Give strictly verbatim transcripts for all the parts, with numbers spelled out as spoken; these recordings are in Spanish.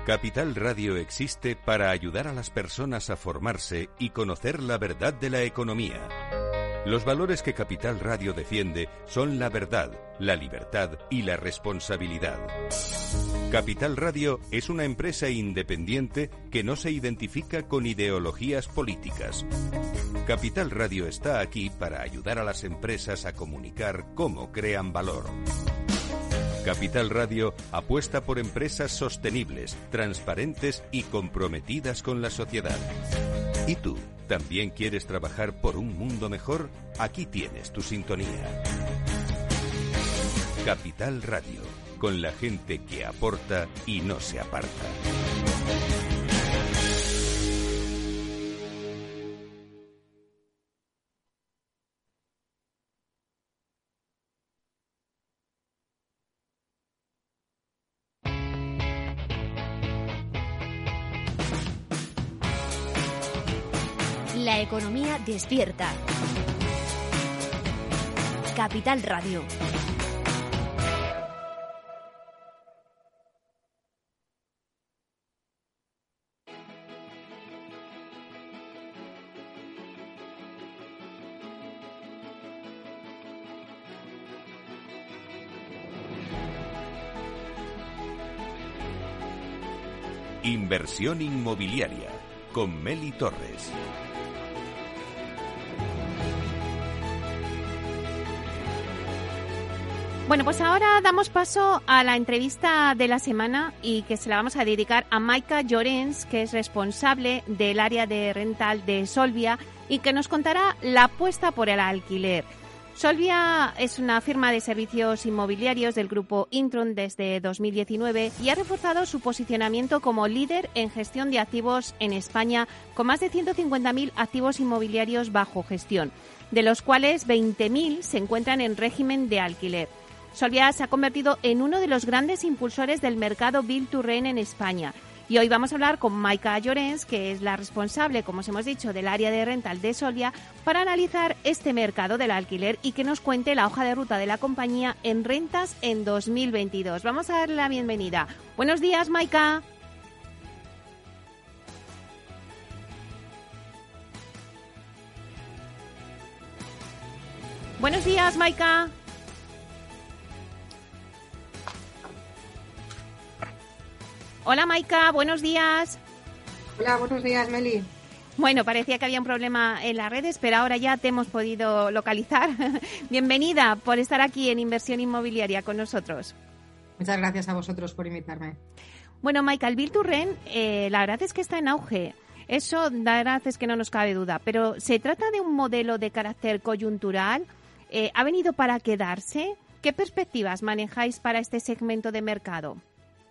Capital Radio existe para ayudar a las personas a formarse y conocer la verdad de la economía. Los valores que Capital Radio defiende son la verdad, la libertad y la responsabilidad. Capital Radio es una empresa independiente que no se identifica con ideologías políticas. Capital Radio está aquí para ayudar a las empresas a comunicar cómo crean valor. Capital Radio apuesta por empresas sostenibles, transparentes y comprometidas con la sociedad. ¿Y tú, también quieres trabajar por un mundo mejor? Aquí tienes tu sintonía. Capital Radio, con la gente que aporta y no se aparta. La economía despierta. Capital Radio. Inversión inmobiliaria con Meli Torres. Bueno, pues ahora damos paso a la entrevista de la semana y que se la vamos a dedicar a Maika Llorens, que es responsable del área de rental de Solvia y que nos contará la apuesta por el alquiler. Solvia es una firma de servicios inmobiliarios del grupo Intron desde dos mil diecinueve y ha reforzado su posicionamiento como líder en gestión de activos en España, con más de ciento cincuenta mil activos inmobiliarios bajo gestión, de los cuales veinte mil se encuentran en régimen de alquiler. Solvia se ha convertido en uno de los grandes impulsores del mercado Build to Rent en España. Y hoy vamos a hablar con Maika Llorens, que es la responsable, como os hemos dicho, del área de rental de Solvia, para analizar este mercado del alquiler y que nos cuente la hoja de ruta de la compañía en rentas en dos mil veintidós. Vamos a darle la bienvenida. Buenos días, Maika. Buenos días, Maika. Hola, Maika, buenos días. Hola, buenos días, Meli. Bueno, parecía que había un problema en las redes, pero ahora ya te hemos podido localizar. Bienvenida por estar aquí en Inversión Inmobiliaria con nosotros. Muchas gracias a vosotros por invitarme. Bueno, Maika, el Build to Rent, eh, la verdad es que está en auge. Eso, la verdad es que no nos cabe duda. Pero ¿se trata de un modelo de carácter coyuntural? Eh, ¿Ha venido para quedarse? ¿Qué perspectivas manejáis para este segmento de mercado?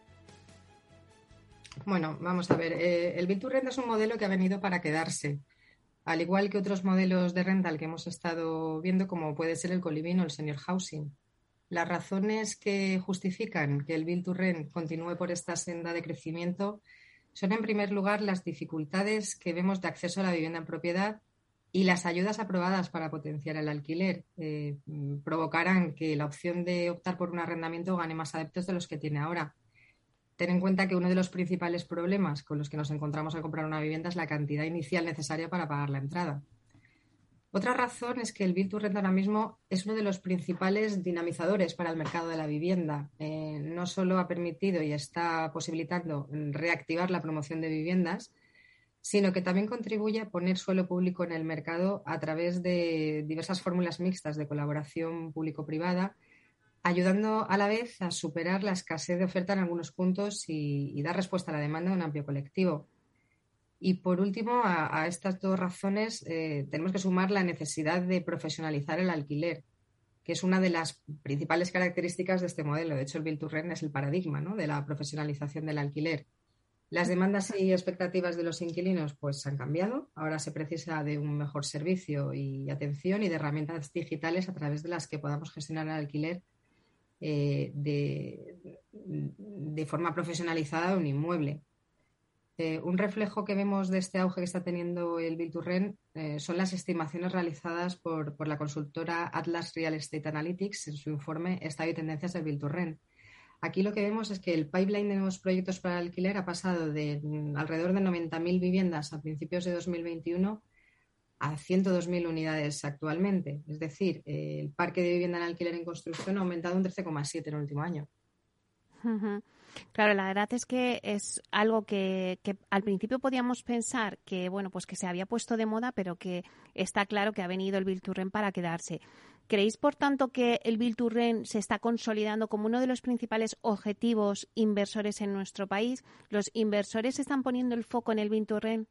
Bueno, vamos a ver. Eh, el Build to Rent es un modelo que ha venido para quedarse, al igual que otros modelos de rental que hemos estado viendo, como puede ser el co-living o el senior housing. Las razones que justifican que el Build to Rent continúe por esta senda de crecimiento son, en primer lugar, las dificultades que vemos de acceso a la vivienda en propiedad y las ayudas aprobadas para potenciar el alquiler. Eh, provocarán que la opción de optar por un arrendamiento gane más adeptos de los que tiene ahora. Ten en cuenta que uno de los principales problemas con los que nos encontramos al comprar una vivienda es la cantidad inicial necesaria para pagar la entrada. Otra razón es que el Build to Rent ahora mismo es uno de los principales dinamizadores para el mercado de la vivienda. Eh, no solo ha permitido y está posibilitando reactivar la promoción de viviendas, sino que también contribuye a poner suelo público en el mercado a través de diversas fórmulas mixtas de colaboración público-privada, ayudando a la vez a superar la escasez de oferta en algunos puntos y, y dar respuesta a la demanda de un amplio colectivo. Y por último, a, a estas dos razones eh, tenemos que sumar la necesidad de profesionalizar el alquiler, que es una de las principales características de este modelo. De hecho, el Build to Rent es el paradigma, ¿no?, de la profesionalización del alquiler. Las demandas y expectativas de los inquilinos pues han cambiado. Ahora se precisa de un mejor servicio y atención y de herramientas digitales a través de las que podamos gestionar el alquiler Eh, de, de forma profesionalizada de un inmueble. Eh, un reflejo que vemos de este auge que está teniendo el Build to Rent eh, son las estimaciones realizadas por, por la consultora Atlas Real Estate Analytics en su informe Estado y tendencias del Build to Rent. Aquí lo que vemos es que el pipeline de nuevos proyectos para alquiler ha pasado de alrededor de noventa mil viviendas a principios de dos mil veintiuno a ciento dos mil unidades actualmente. Es decir, eh, el parque de vivienda en alquiler en construcción ha aumentado un trece coma siete en el último año. Uh-huh. Claro, la verdad es que es algo que, que al principio podíamos pensar que, bueno, pues que se había puesto de moda, pero que está claro que ha venido el Build to Rent para quedarse. ¿Creéis, por tanto, que el Build to Rent se está consolidando como uno de los principales objetivos inversores en nuestro país? ¿Los inversores están poniendo el foco en el Build to Rent?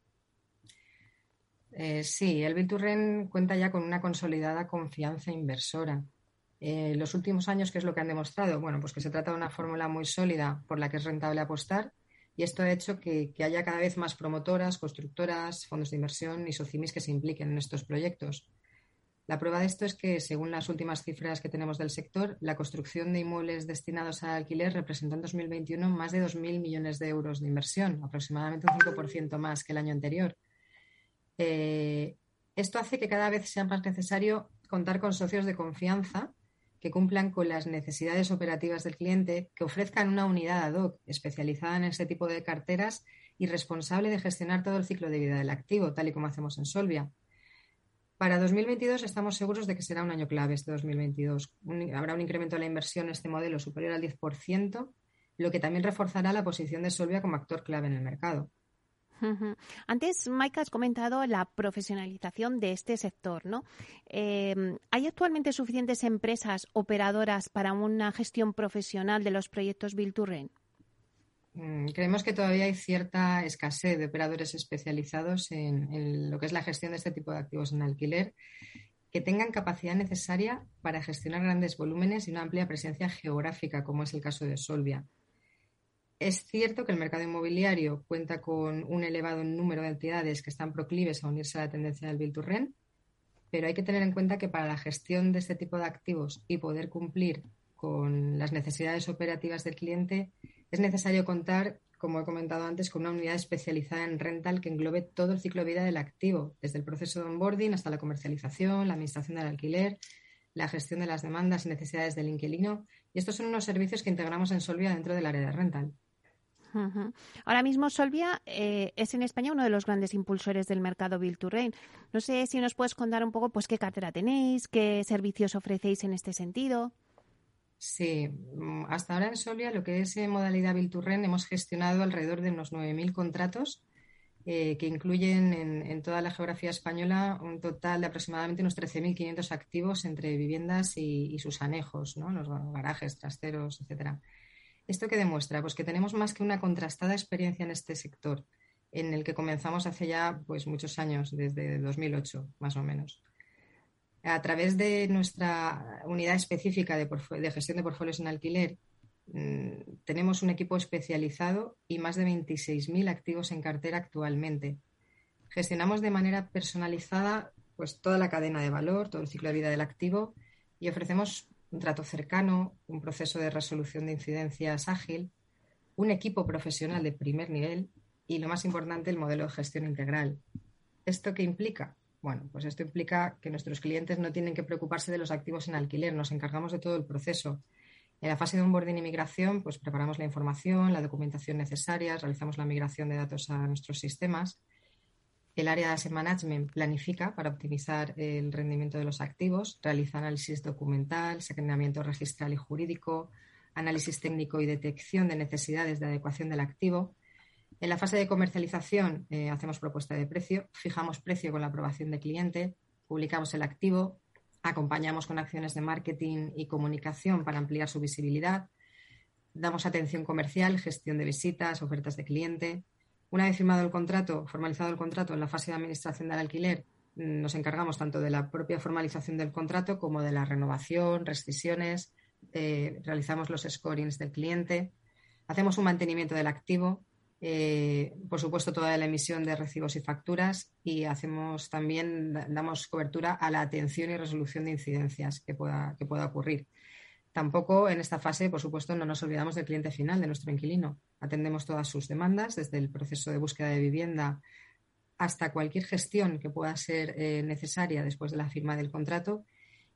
Eh, sí, el Build to Rent cuenta ya con una consolidada confianza inversora. Eh, los últimos años, ¿qué es lo que han demostrado? Bueno, pues que se trata de una fórmula muy sólida por la que es rentable apostar, y esto ha hecho que, que haya cada vez más promotoras, constructoras, fondos de inversión y socimis que se impliquen en estos proyectos. La prueba de esto es que, según las últimas cifras que tenemos del sector, la construcción de inmuebles destinados al alquiler representó en dos mil veintiuno más de dos mil millones de euros de inversión, aproximadamente un cinco por ciento más que el año anterior. Eh, esto hace que cada vez sea más necesario contar con socios de confianza que cumplan con las necesidades operativas del cliente, que ofrezcan una unidad ad hoc especializada en ese tipo de carteras y responsable de gestionar todo el ciclo de vida del activo, tal y como hacemos en Solvia. Para dos mil veintidós estamos seguros de que será un año clave este dos mil veintidós. Un, habrá un incremento de la inversión en este modelo superior al diez por ciento, lo que también reforzará la posición de Solvia como actor clave en el mercado. Uh-huh. Antes, Maika, has comentado la profesionalización de este sector, ¿no? Eh, ¿Hay actualmente suficientes empresas operadoras para una gestión profesional de los proyectos Build to Rent? Creemos que todavía hay cierta escasez de operadores especializados en, en lo que es la gestión de este tipo de activos en alquiler, que tengan capacidad necesaria para gestionar grandes volúmenes y una amplia presencia geográfica, como es el caso de Solvia. Es cierto que el mercado inmobiliario cuenta con un elevado número de entidades que están proclives a unirse a la tendencia del Build to Rent, pero hay que tener en cuenta que para la gestión de este tipo de activos y poder cumplir con las necesidades operativas del cliente, es necesario contar, como he comentado antes, con una unidad especializada en rental que englobe todo el ciclo de vida del activo, desde el proceso de onboarding hasta la comercialización, la administración del alquiler, la gestión de las demandas y necesidades del inquilino. Y estos son unos servicios que integramos en Solvia dentro del área de rental. Uh-huh. Ahora mismo Solvia eh, es en España uno de los grandes impulsores del mercado Build to Rent. No sé si nos puedes contar un poco pues qué cartera tenéis, qué servicios ofrecéis en este sentido. Sí, hasta ahora en Solvia, lo que es en modalidad Build to Rent, hemos gestionado alrededor de unos nueve mil contratos eh, que incluyen en, en toda la geografía española un total de aproximadamente unos trece mil quinientos activos entre viviendas y, y sus anejos, ¿no? Los garajes, trasteros, etcétera. ¿Esto qué demuestra? Pues que tenemos más que una contrastada experiencia en este sector, en el que comenzamos hace ya pues, muchos años, desde dos mil ocho más o menos. A través de nuestra unidad específica de, de gestión de portfolios en alquiler, mmm, tenemos un equipo especializado y más de veintiséis mil activos en cartera actualmente. Gestionamos de manera personalizada pues, toda la cadena de valor, todo el ciclo de vida del activo y ofrecemos un trato cercano, un proceso de resolución de incidencias ágil, un equipo profesional de primer nivel y, lo más importante, el modelo de gestión integral. ¿Esto qué implica? Bueno, pues esto implica que nuestros clientes no tienen que preocuparse de los activos en alquiler, nos encargamos de todo el proceso. En la fase de onboarding y migración, pues preparamos la información, la documentación necesaria, realizamos la migración de datos a nuestros sistemas. El área de Asset Management planifica para optimizar el rendimiento de los activos, realiza análisis documental, saneamiento registral y jurídico, análisis técnico y detección de necesidades de adecuación del activo. En la fase de comercialización eh, hacemos propuesta de precio, fijamos precio con la aprobación del cliente, publicamos el activo, acompañamos con acciones de marketing y comunicación para ampliar su visibilidad, damos atención comercial, gestión de visitas, ofertas de cliente. Una vez firmado el contrato, formalizado el contrato en la fase de administración del alquiler, nos encargamos tanto de la propia formalización del contrato como de la renovación, rescisiones, eh, realizamos los scorings del cliente, hacemos un mantenimiento del activo, eh, por supuesto toda la emisión de recibos y facturas y hacemos también, damos cobertura a la atención y resolución de incidencias que pueda, que pueda ocurrir. Tampoco en esta fase, por supuesto, no nos olvidamos del cliente final, de nuestro inquilino. Atendemos todas sus demandas, desde el proceso de búsqueda de vivienda hasta cualquier gestión que pueda ser eh, necesaria después de la firma del contrato.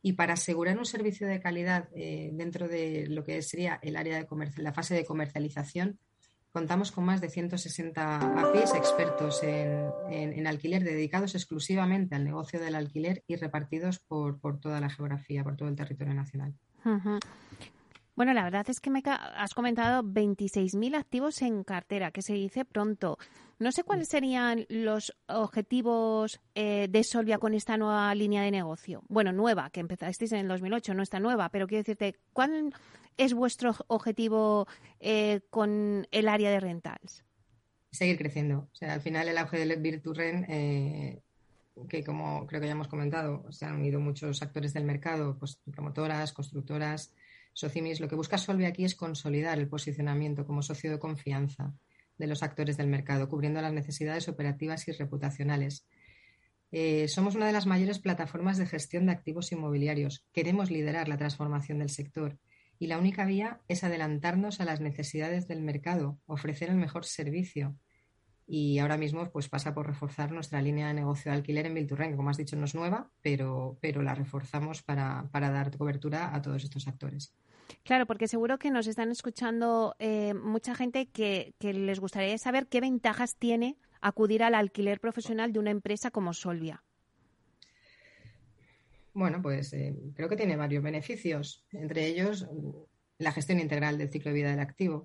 Y para asegurar un servicio de calidad eh, dentro de lo que sería el área de comercio, la fase de comercialización, contamos con más de ciento sesenta A P Is expertos en, en, en alquiler, dedicados exclusivamente al negocio del alquiler y repartidos por, por toda la geografía, por todo el territorio nacional. Uh-huh. Bueno, la verdad es que me has comentado veintiséis mil activos en cartera, que se dice pronto. No sé cuáles serían los objetivos eh, de Solvia con esta nueva línea de negocio. Bueno, nueva, que empezasteis en el dos mil ocho, no está nueva, pero quiero decirte, ¿cuál es vuestro objetivo eh, con el área de rentals? Seguir creciendo. O sea, al final el auge del Virturren, eh, que como creo que ya hemos comentado, se han unido muchos actores del mercado, pues promotoras, constructoras, Socimis. Lo que busca Solvia aquí es consolidar el posicionamiento como socio de confianza de los actores del mercado, cubriendo las necesidades operativas y reputacionales. Eh, somos una de las mayores plataformas de gestión de activos inmobiliarios. Queremos liderar la transformación del sector y la única vía es adelantarnos a las necesidades del mercado, ofrecer el mejor servicio. Y ahora mismo pues pasa por reforzar nuestra línea de negocio de alquiler en Bilturren, que como has dicho no es nueva, pero, pero la reforzamos para, para dar cobertura a todos estos actores. Claro, porque seguro que nos están escuchando eh, mucha gente que, que les gustaría saber qué ventajas tiene acudir al alquiler profesional de una empresa como Solvia. Bueno, pues eh, creo que tiene varios beneficios, entre ellos la gestión integral del ciclo de vida del activo,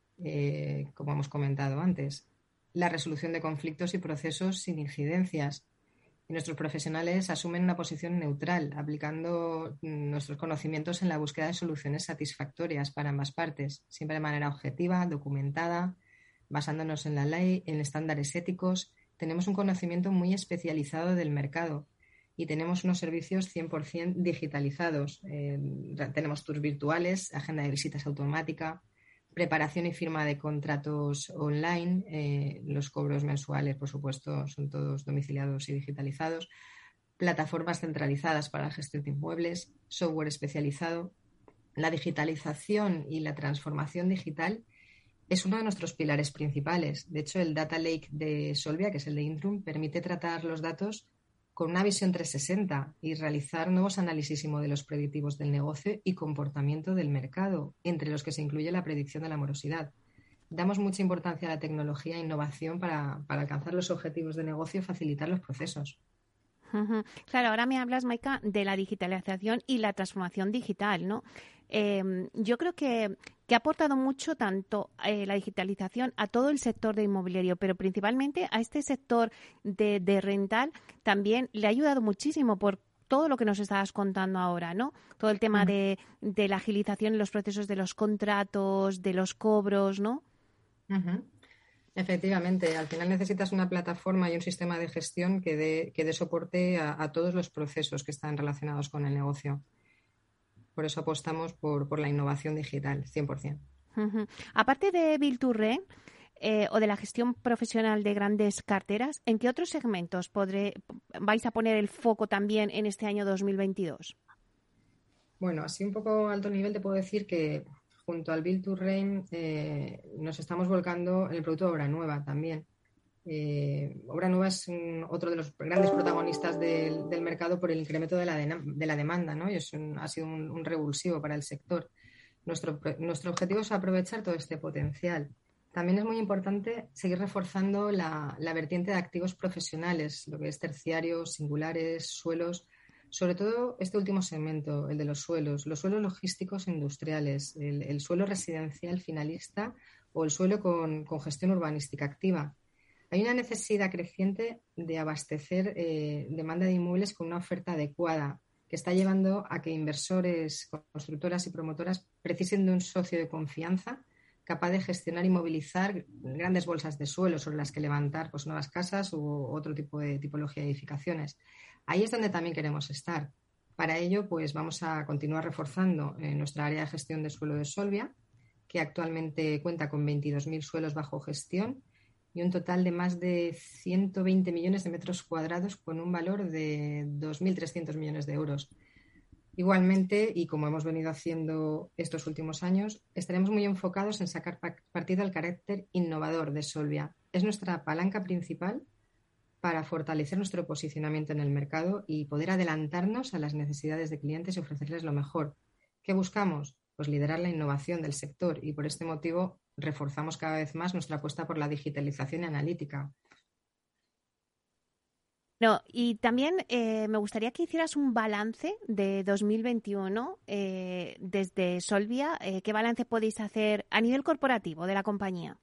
eh, como hemos comentado antes, la resolución de conflictos y procesos sin incidencias. Y nuestros profesionales asumen una posición neutral, aplicando nuestros conocimientos en la búsqueda de soluciones satisfactorias para ambas partes, siempre de manera objetiva, documentada, basándonos en la ley, en estándares éticos. Tenemos un conocimiento muy especializado del mercado y tenemos unos servicios cien por ciento digitalizados. Eh, tenemos tours virtuales, agenda de visitas automática, preparación y firma de contratos online, eh, los cobros mensuales, por supuesto, son todos domiciliados y digitalizados, plataformas centralizadas para la gestión de inmuebles, software especializado. La digitalización y la transformación digital es uno de nuestros pilares principales. De hecho, el Data Lake de Solvia, que es el de Intrum, permite tratar los datos con una visión trescientos sesenta y realizar nuevos análisis y modelos predictivos del negocio y comportamiento del mercado, entre los que se incluye la predicción de la morosidad. Damos mucha importancia a la tecnología e innovación para, para alcanzar los objetivos de negocio y facilitar los procesos. Uh-huh. Claro, ahora me hablas, Maika, de la digitalización y la transformación digital, ¿no? Eh, yo creo que, que ha aportado mucho tanto eh, la digitalización a todo el sector de inmobiliario, pero principalmente a este sector de, de rental también le ha ayudado muchísimo por todo lo que nos estabas contando ahora, ¿no? Todo el tema uh-huh. de, de la agilización en los procesos de los contratos, de los cobros, ¿no? Uh-huh. Efectivamente, al final necesitas una plataforma y un sistema de gestión que dé, que dé soporte a, a todos los procesos que están relacionados con el negocio. Por eso apostamos por, por la innovación digital, cien por ciento. Uh-huh. Aparte de Bilturren eh, o de la gestión profesional de grandes carteras, ¿en qué otros segmentos podré, vais a poner el foco también en este año dos mil veintidós? Bueno, así un poco a alto nivel te puedo decir que junto al Bilturren eh, nos estamos volcando en el producto de Obra Nueva también. Eh, Obra Nueva es un, otro de los grandes protagonistas del, del mercado por el incremento de la, de, de la demanda, ¿no? Y es un, ha sido un, un revulsivo para el sector. Nuestro, nuestro objetivo es aprovechar todo este potencial. También es muy importante seguir reforzando la, la vertiente de activos profesionales, lo que es terciarios, singulares, suelos, sobre todo este último segmento, el de los suelos, los suelos logísticos industriales, el, el suelo residencial finalista o el suelo con, con gestión urbanística activa. Hay una necesidad creciente de abastecer eh, demanda de inmuebles con una oferta adecuada, que está llevando a que inversores, constructoras y promotoras precisen de un socio de confianza capaz de gestionar y movilizar grandes bolsas de suelo sobre las que levantar pues, nuevas casas u otro tipo de tipología de edificaciones. Ahí es donde también queremos estar. Para ello, pues vamos a continuar reforzando eh, nuestra área de gestión de suelo de Solvia, que actualmente cuenta con veintidós mil suelos bajo gestión y un total de más de ciento veinte millones de metros cuadrados con un valor de dos mil trescientos millones de euros. Igualmente, y como hemos venido haciendo estos últimos años, estaremos muy enfocados en sacar partido al carácter innovador de Solvia. Es nuestra palanca principal para fortalecer nuestro posicionamiento en el mercado y poder adelantarnos a las necesidades de clientes y ofrecerles lo mejor. ¿Qué buscamos? Pues liderar la innovación del sector y por este motivo reforzamos cada vez más nuestra apuesta por la digitalización y analítica. No, y también eh, me gustaría que hicieras un balance de dos mil veintiuno eh, desde Solvia. Eh, ¿Qué balance podéis hacer a nivel corporativo de la compañía?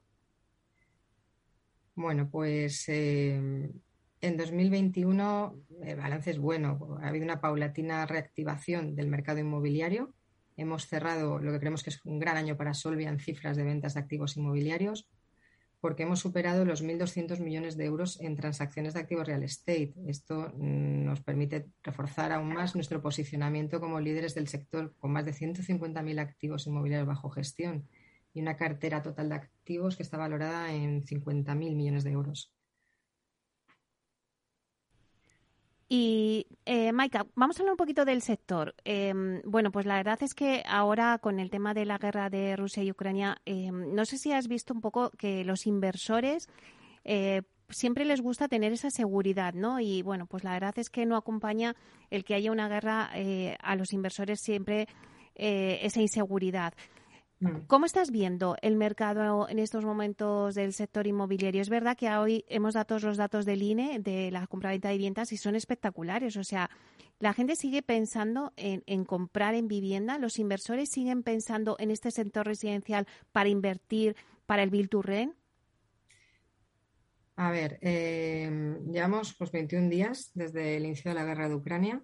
Bueno, pues eh, en dos mil veintiuno el balance es bueno. Ha habido una paulatina reactivación del mercado inmobiliario. Hemos cerrado lo que creemos que es un gran año para Solvia en cifras de ventas de activos inmobiliarios, porque hemos superado los mil doscientos millones de euros en transacciones de activos real estate. Esto nos permite reforzar aún más nuestro posicionamiento como líderes del sector, con más de ciento cincuenta mil activos inmobiliarios bajo gestión y una cartera total de activos que está valorada en cincuenta mil millones de euros. Y, eh, Maika, vamos a hablar un poquito del sector. Eh, bueno, pues la verdad es que ahora con el tema de la guerra de Rusia y Ucrania, eh, no sé si has visto un poco que los inversores eh, siempre les gusta tener esa seguridad, ¿no? Y bueno, pues la verdad es que no acompaña el que haya una guerra eh, a los inversores siempre eh, esa inseguridad. ¿Cómo estás viendo el mercado en estos momentos del sector inmobiliario? Es verdad que hoy hemos dado los datos del I N E, de la compraventa de viviendas, y son espectaculares. O sea, la gente sigue pensando en, en comprar en vivienda, los inversores siguen pensando en este sector residencial para invertir para el Build to Rent. A ver, eh, llevamos pues veintiún días desde el inicio de la guerra de Ucrania.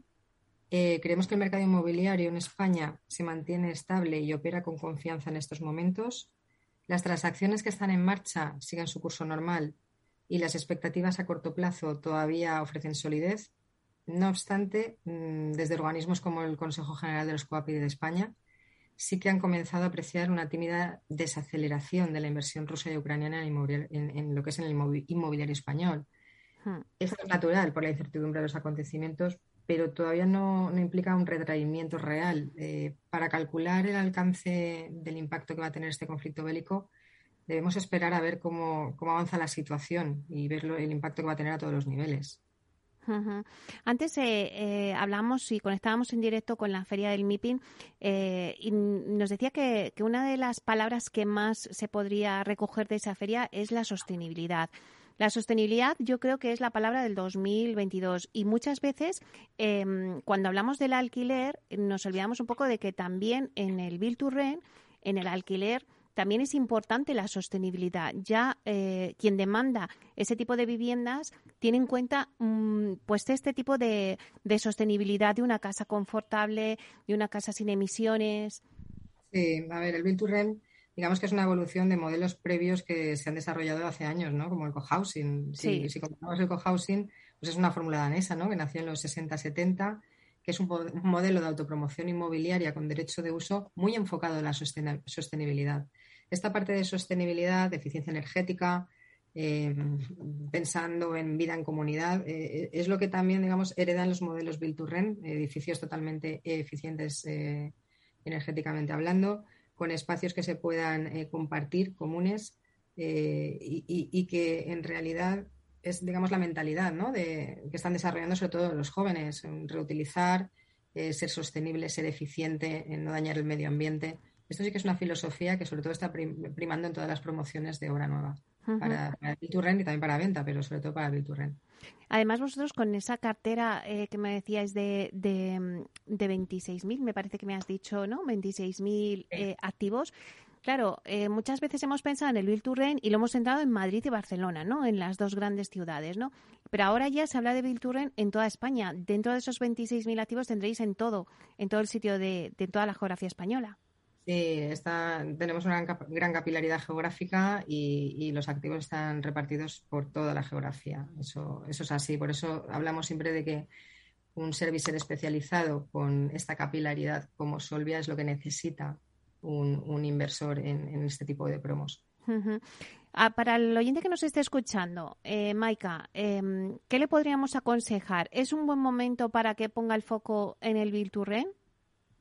Eh, creemos que el mercado inmobiliario en España se mantiene estable y opera con confianza en estos momentos. Las transacciones que están en marcha siguen su curso normal y las expectativas a corto plazo todavía ofrecen solidez. No obstante, desde organismos como el Consejo General de los Coapid de España sí que han comenzado a apreciar una tímida desaceleración de la inversión rusa y ucraniana en, en, en lo que es en el inmobiliario español. Hmm. Esto es natural por la incertidumbre de los acontecimientos, pero todavía no, no implica un retraimiento real. Eh, para calcular el alcance del impacto que va a tener este conflicto bélico, debemos esperar a ver cómo, cómo avanza la situación y ver lo, el impacto que va a tener a todos los niveles. Uh-huh. Antes eh, eh, hablamos y conectábamos en directo con la feria del MIPIM eh, y nos decía que, que una de las palabras que más se podría recoger de esa feria es la sostenibilidad. La sostenibilidad yo creo que es la palabra del dos mil veintidós y muchas veces eh, cuando hablamos del alquiler nos olvidamos un poco de que también en el Build to Rent, en el alquiler, también es importante la sostenibilidad. Ya eh, quien demanda ese tipo de viviendas tiene en cuenta mmm, pues este tipo de, de sostenibilidad de una casa confortable, de una casa sin emisiones. Sí, a ver, el Build to Rent, digamos que es una evolución de modelos previos que se han desarrollado hace años, ¿no? Como el cohousing. Si, sí. si comparamos el cohousing, pues es una fórmula danesa, ¿no? Que nació en los sesenta setenta, que es un, un modelo de autopromoción inmobiliaria con derecho de uso muy enfocado en la sosten- sostenibilidad. Esta parte de sostenibilidad, de eficiencia energética, eh, pensando en vida en comunidad, eh, es lo que también, digamos, heredan los modelos Build to Rent, edificios totalmente eficientes eh, energéticamente hablando, con espacios que se puedan eh, compartir, comunes, eh, y, y, y que en realidad es, digamos, la mentalidad, ¿no? de, que están desarrollando sobre todo los jóvenes, reutilizar, eh, ser sostenible, ser eficiente, en no dañar el medio ambiente. Esto sí que es una filosofía que sobre todo está prim- primando en todas las promociones de obra nueva, uh-huh. para, para Build to Rent y también para venta, pero sobre todo para Build to Rent. Además, vosotros con esa cartera eh, que me decíais de, de, de veintiséis mil, me parece que me has dicho, ¿no? veintiséis mil eh, activos. Claro, eh, muchas veces hemos pensado en el Build to Rent y lo hemos centrado en Madrid y Barcelona, ¿no? En las dos grandes ciudades, ¿no? Pero ahora ya se habla de Build to Rent en toda España. Dentro de esos veintiséis mil activos tendréis en todo, en todo el sitio de, de toda la geografía española. Sí, está, tenemos una gran, gran capilaridad geográfica y, y los activos están repartidos por toda la geografía. Eso, eso es así. Por eso hablamos siempre de que un servicer especializado con esta capilaridad como Solvia es lo que necesita un, un inversor en, en este tipo de promos. Uh-huh. Ah, para el oyente que nos esté escuchando, eh, Maika, eh, ¿qué le podríamos aconsejar? ¿Es un buen momento para que ponga el foco en el Build to Rent?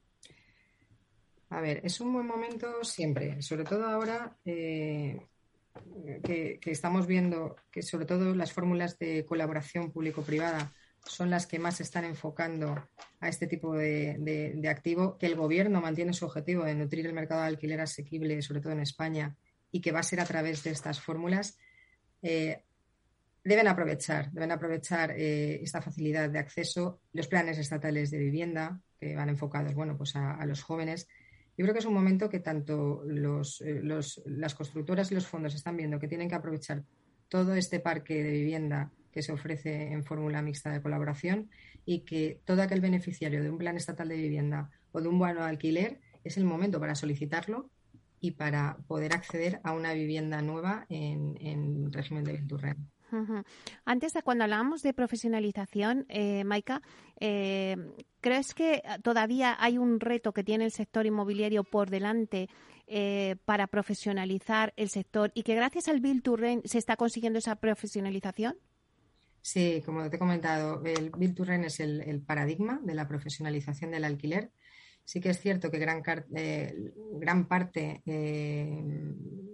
A ver, es un buen momento siempre, sobre todo ahora, eh, que, que estamos viendo que sobre todo las fórmulas de colaboración público-privada son las que más se están enfocando a este tipo de, de, de activo, que el Gobierno mantiene su objetivo de nutrir el mercado de alquiler asequible, sobre todo en España, y que va a ser a través de estas fórmulas, eh, deben aprovechar, deben aprovechar eh, esta facilidad de acceso, los planes estatales de vivienda, que van enfocados, bueno, pues a, a los jóvenes. Yo creo que es un momento que tanto los, eh, los, las constructoras y los fondos están viendo que tienen que aprovechar todo este parque de vivienda que se ofrece en fórmula mixta de colaboración, y que todo aquel beneficiario de un plan estatal de vivienda o de un bono de alquiler es el momento para solicitarlo y para poder acceder a una vivienda nueva en, en régimen de Build to Rent. Uh-huh. Antes, cuando hablábamos de profesionalización, eh, Maika, eh, ¿crees que todavía hay un reto que tiene el sector inmobiliario por delante eh, para profesionalizar el sector, y que gracias al Build to Rent se está consiguiendo esa profesionalización? Sí, como te he comentado, el Build to Rent es el, el paradigma de la profesionalización del alquiler. Sí que es cierto que gran, eh, gran parte... Eh,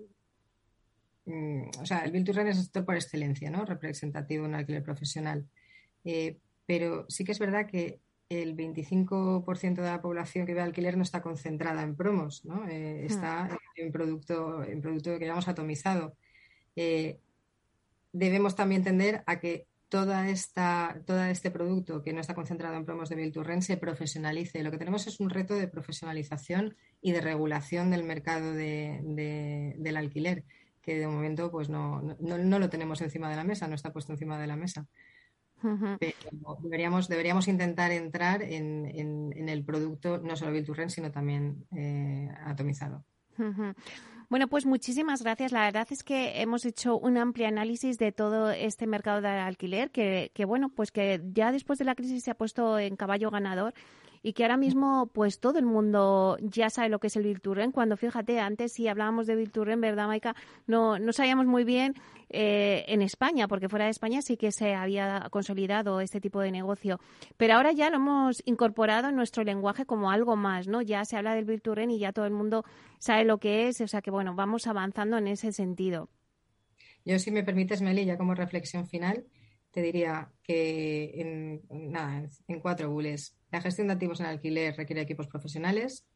O sea, el Build to Rent es el sector por excelencia, ¿no? Representativo de un alquiler profesional. Eh, pero sí que es verdad que el veinticinco por ciento de la población que ve alquiler no está concentrada en promos, ¿no? Eh, está en producto, en producto que llamamos atomizado. Eh, debemos también tender a que toda esta, todo este producto que no está concentrado en promos de Build to Rent se profesionalice. Lo que tenemos es un reto de profesionalización y de regulación del mercado de, de, del alquiler, que de momento pues no, no, no lo tenemos encima de la mesa, no está puesto encima de la mesa. Uh-huh. Pero deberíamos, deberíamos intentar entrar en, en, en el producto, no solo Build to Rent, sino también eh, atomizado. Uh-huh. Bueno, pues muchísimas gracias. La verdad es que hemos hecho un amplio análisis de todo este mercado de alquiler, que, que bueno, pues que ya después de la crisis se ha puesto en caballo ganador, y que ahora mismo pues todo el mundo ya sabe lo que es el Build to Rent, cuando fíjate, antes si hablábamos de Build to Rent, ¿verdad, Maika? No, no sabíamos muy bien eh, en España, porque fuera de España sí que se había consolidado este tipo de negocio, pero ahora ya lo hemos incorporado en nuestro lenguaje como algo más, ¿no? Ya se habla del Build to Rent y ya todo el mundo sabe lo que es, o sea que bueno, vamos avanzando en ese sentido. Yo, si me permites, Meli, ya como reflexión final, te diría que en, nada, en cuatro bullets. La gestión de activos en alquiler requiere equipos profesionales.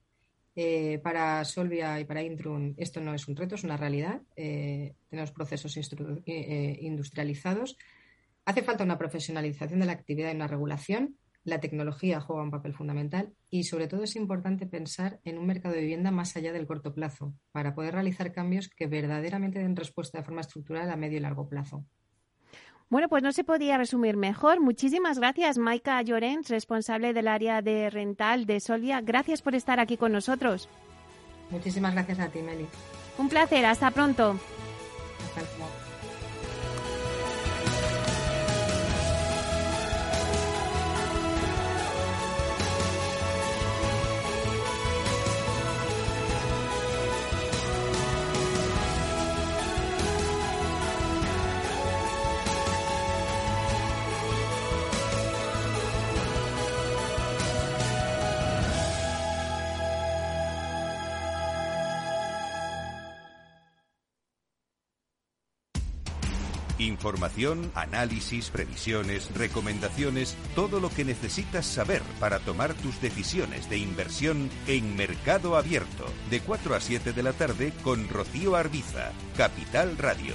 Eh, para Solvia y para Intrum esto no es un reto, es una realidad. Eh, tenemos procesos instru- eh, industrializados. Hace falta una profesionalización de la actividad y una regulación. La tecnología juega un papel fundamental, y sobre todo es importante pensar en un mercado de vivienda más allá del corto plazo para poder realizar cambios que verdaderamente den respuesta de forma estructural a medio y largo plazo. Bueno, pues no se podía resumir mejor. Muchísimas gracias, Maika Llorens, responsable del área de rental de Solvia. Gracias por estar aquí con nosotros. Muchísimas gracias a ti, Meli. Un placer. Hasta pronto. Hasta luego. Información, análisis, previsiones, recomendaciones, todo lo que necesitas saber para tomar tus decisiones de inversión en Mercado Abierto, de cuatro a siete de la tarde con Rocío Arbiza, Capital Radio.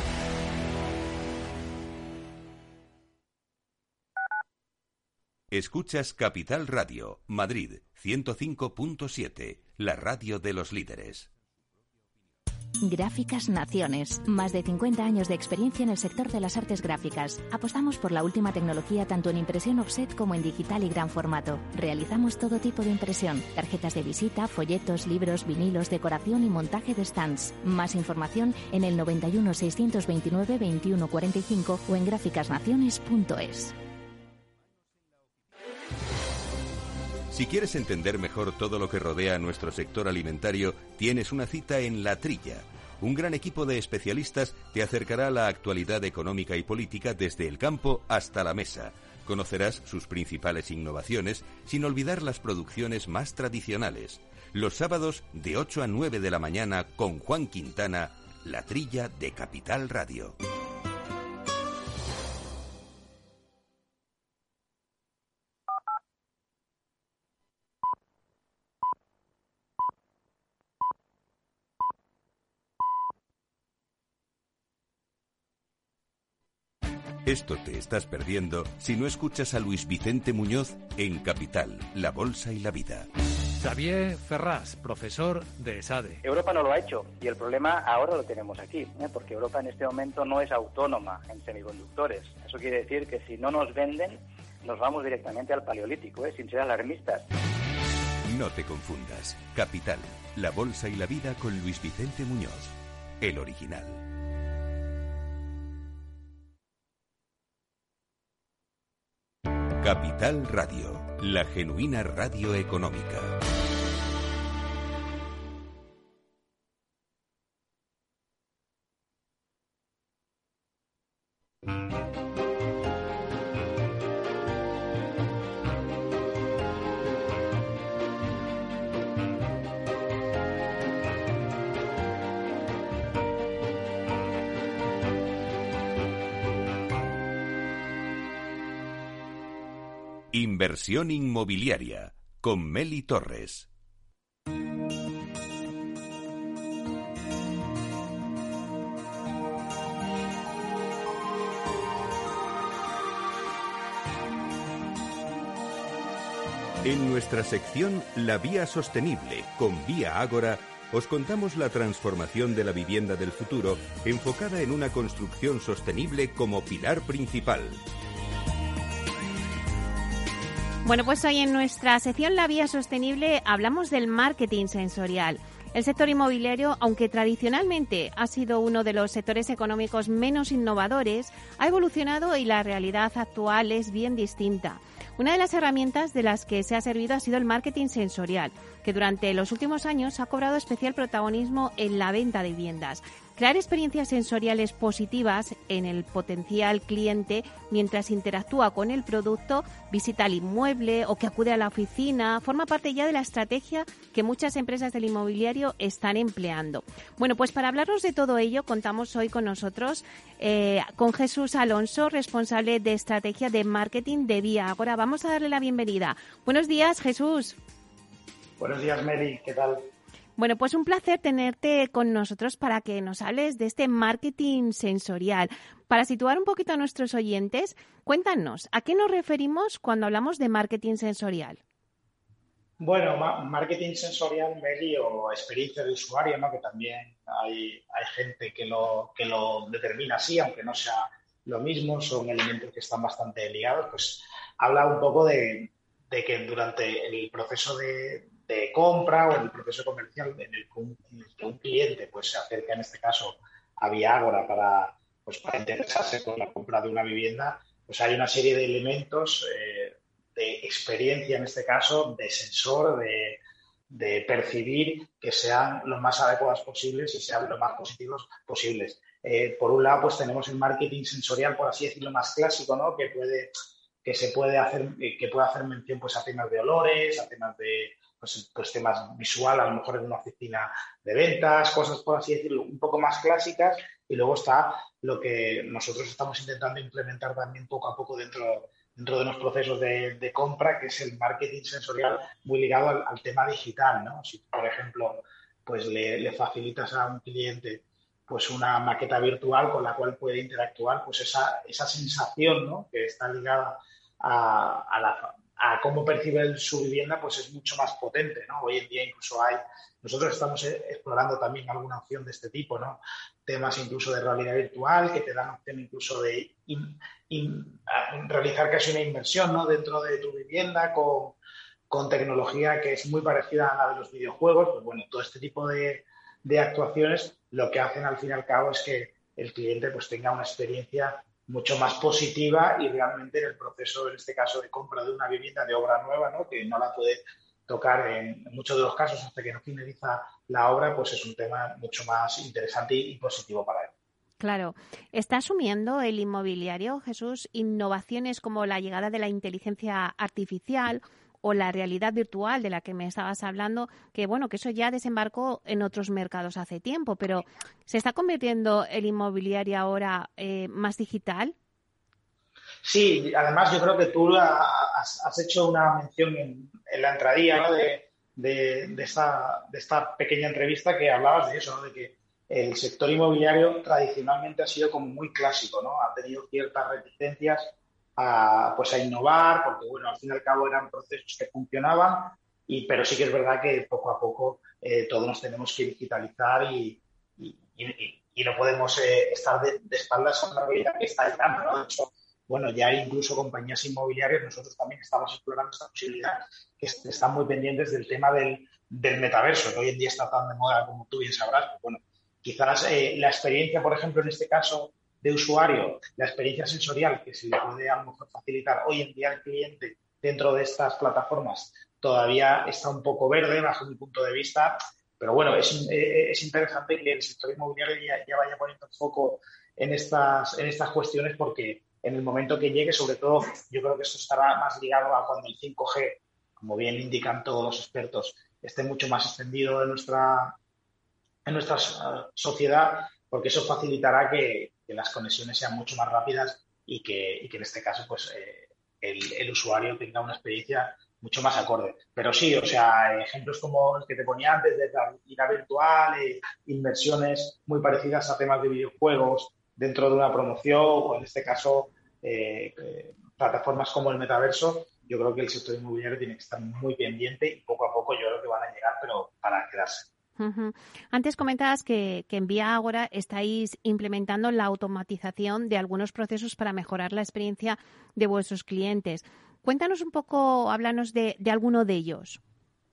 Escuchas Capital Radio, Madrid, ciento cinco punto siete, la radio de los líderes. Gráficas Naciones. Más de cincuenta años de experiencia en el sector de las artes gráficas. Apostamos por la última tecnología tanto en impresión offset como en digital y gran formato. Realizamos todo tipo de impresión. Tarjetas de visita, folletos, libros, vinilos, decoración y montaje de stands. Más información en el noventa y uno, seiscientos veintinueve, veintiuno cuarenta y cinco o en gráficas naciones punto es. Si quieres entender mejor todo lo que rodea a nuestro sector alimentario, tienes una cita en La Trilla. Un gran equipo de especialistas te acercará a la actualidad económica y política desde el campo hasta la mesa. Conocerás sus principales innovaciones, sin olvidar las producciones más tradicionales. Los sábados de ocho a nueve de la mañana con Juan Quintana, La Trilla de Capital Radio. Esto te estás perdiendo si no escuchas a Luis Vicente Muñoz en Capital, La Bolsa y la Vida. Xavier Ferrás, profesor de ESADE. Europa no lo ha hecho y el problema ahora lo tenemos aquí, ¿eh? Porque Europa en este momento no es autónoma en semiconductores. Eso quiere decir que si no nos venden, nos vamos directamente al paleolítico, ¿eh? Sin ser alarmistas. No te confundas. Capital, La Bolsa y la Vida con Luis Vicente Muñoz, el original. Capital Radio, la genuina radio económica. Inversión inmobiliaria con Meli Torres. En nuestra sección La Vía Sostenible con Vía Ágora, os contamos la transformación de la vivienda del futuro enfocada en una construcción sostenible como pilar principal. Bueno, pues hoy en nuestra sección La Vía Sostenible hablamos del marketing sensorial. El sector inmobiliario, aunque tradicionalmente ha sido uno de los sectores económicos menos innovadores, ha evolucionado y la realidad actual es bien distinta. Una de las herramientas de las que se ha servido ha sido el marketing sensorial, que durante los últimos años ha cobrado especial protagonismo en la venta de viviendas. Crear experiencias sensoriales positivas en el potencial cliente mientras interactúa con el producto, visita el inmueble o que acude a la oficina, forma parte ya de la estrategia que muchas empresas del inmobiliario están empleando. Bueno, pues para hablarnos de todo ello, contamos hoy con nosotros eh, con Jesús Alonso, responsable de estrategia de marketing de Vía Ágora. Vamos a darle la bienvenida. Buenos días, Jesús. Buenos días, Meli. ¿Qué tal? Bueno, pues un placer tenerte con nosotros para que nos hables de este marketing sensorial. Para situar un poquito a nuestros oyentes, cuéntanos, ¿a qué nos referimos cuando hablamos de marketing sensorial? Bueno, ma- marketing sensorial, Meli, o experiencia de usuario, ¿no? Que también hay, hay gente que lo, que lo determina así, aunque no sea lo mismo, son elementos que están bastante ligados, pues habla un poco de, de que durante el proceso de... de compra o en el proceso comercial en el, en el que un cliente pues se acerca en este caso a Vía Ágora para, pues, para interesarse por la compra de una vivienda, pues hay una serie de elementos eh, de experiencia en este caso, de sensor, de, de percibir que sean lo más adecuadas posibles y sean lo más positivos posibles. Eh, por un lado, pues tenemos el marketing sensorial, por así decirlo, más clásico, ¿no? Que puede, que se puede hacer, que puede hacer mención pues a temas de olores, a temas de Pues, pues temas visual, a lo mejor en una oficina de ventas, cosas por así decirlo, un poco más clásicas, y luego está lo que nosotros estamos intentando implementar también poco a poco dentro, dentro de unos procesos de, de compra, que es el marketing sensorial muy ligado al, al tema digital, ¿no? Si, por ejemplo, pues le, le facilitas a un cliente pues una maqueta virtual con la cual puede interactuar, pues esa, esa sensación, ¿no? Que está ligada a, a la a cómo percibe su vivienda, pues es mucho más potente, ¿no? Hoy en día incluso hay, nosotros estamos explorando también alguna opción de este tipo, ¿no? Temas incluso de realidad virtual que te dan opción incluso de in, in, realizar casi una inversión, ¿no? Dentro de tu vivienda con, con tecnología que es muy parecida a la de los videojuegos. Pues bueno, todo este tipo de, de actuaciones lo que hacen al fin y al cabo es que el cliente pues tenga una experiencia mucho más positiva y realmente en el proceso, en este caso, de compra de una vivienda de obra nueva, ¿no? Que no la puede tocar en, en muchos de los casos hasta que no finaliza la obra, pues es un tema mucho más interesante y, y positivo para él. Claro. ¿Está asumiendo el inmobiliario, Jesús, innovaciones como la llegada de la inteligencia artificial o la realidad virtual de la que me estabas hablando, que bueno, que eso ya desembarcó en otros mercados hace tiempo, pero ¿se está convirtiendo el inmobiliario ahora eh, más digital? Sí, además yo creo que tú has, has hecho una mención en, en la entradilla, ¿no? de, de, de, esta, de esta pequeña entrevista que hablabas de eso, ¿no? De que el sector inmobiliario tradicionalmente ha sido como muy clásico, ¿no? Ha tenido ciertas reticencias a, pues a innovar, porque bueno, al fin y al cabo eran procesos que funcionaban, y, pero sí que es verdad que poco a poco eh, todos nos tenemos que digitalizar y, y, y, y no podemos eh, estar de, de espaldas a una realidad que está llegando, ¿no? De hecho, bueno, ya hay incluso compañías inmobiliarias, nosotros también estamos explorando esta posibilidad, que están muy pendientes del tema del, del metaverso, que hoy en día está tan de moda como tú bien sabrás. Pues bueno, quizás eh, la experiencia, por ejemplo, en este caso de usuario, la experiencia sensorial que se le puede a lo mejor facilitar hoy en día al cliente dentro de estas plataformas todavía está un poco verde bajo mi punto de vista, pero bueno, es, eh, es interesante que el sector inmobiliario ya, ya vaya poniendo foco en estas, en estas cuestiones, porque en el momento que llegue, sobre todo, yo creo que esto estará más ligado a cuando el cinco G, como bien indican todos los expertos, esté mucho más extendido en nuestra, en nuestra sociedad, porque eso facilitará que, que las conexiones sean mucho más rápidas y que, y que en este caso pues eh, el, el usuario tenga una experiencia mucho más acorde. Pero sí, o sea, ejemplos como el que te ponía antes de la realidad virtual, eh, inversiones muy parecidas a temas de videojuegos dentro de una promoción, o en este caso eh, eh, plataformas como el metaverso, yo creo que el sector inmobiliario tiene que estar muy pendiente y poco a poco yo creo que van a llegar, pero para quedarse. Uh-huh. Antes comentabas que, que en Vía Ágora estáis implementando la automatización de algunos procesos para mejorar la experiencia de vuestros clientes. Cuéntanos un poco, háblanos de, de alguno de ellos.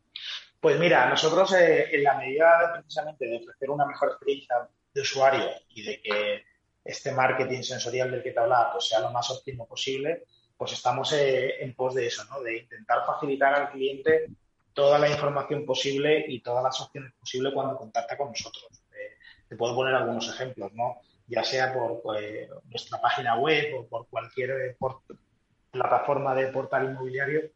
Pues mira, nosotros eh, en la medida precisamente de ofrecer una mejor experiencia de usuario y de que este marketing sensorial del que te hablaba pues sea lo más óptimo posible, pues estamos eh, en pos de eso, ¿no? De intentar facilitar al cliente toda la información posible y todas las opciones posibles cuando contacta con nosotros. Eh, te puedo poner algunos ejemplos, ¿no? Ya sea por pues, nuestra página web o por cualquier por, plataforma de portal inmobiliario.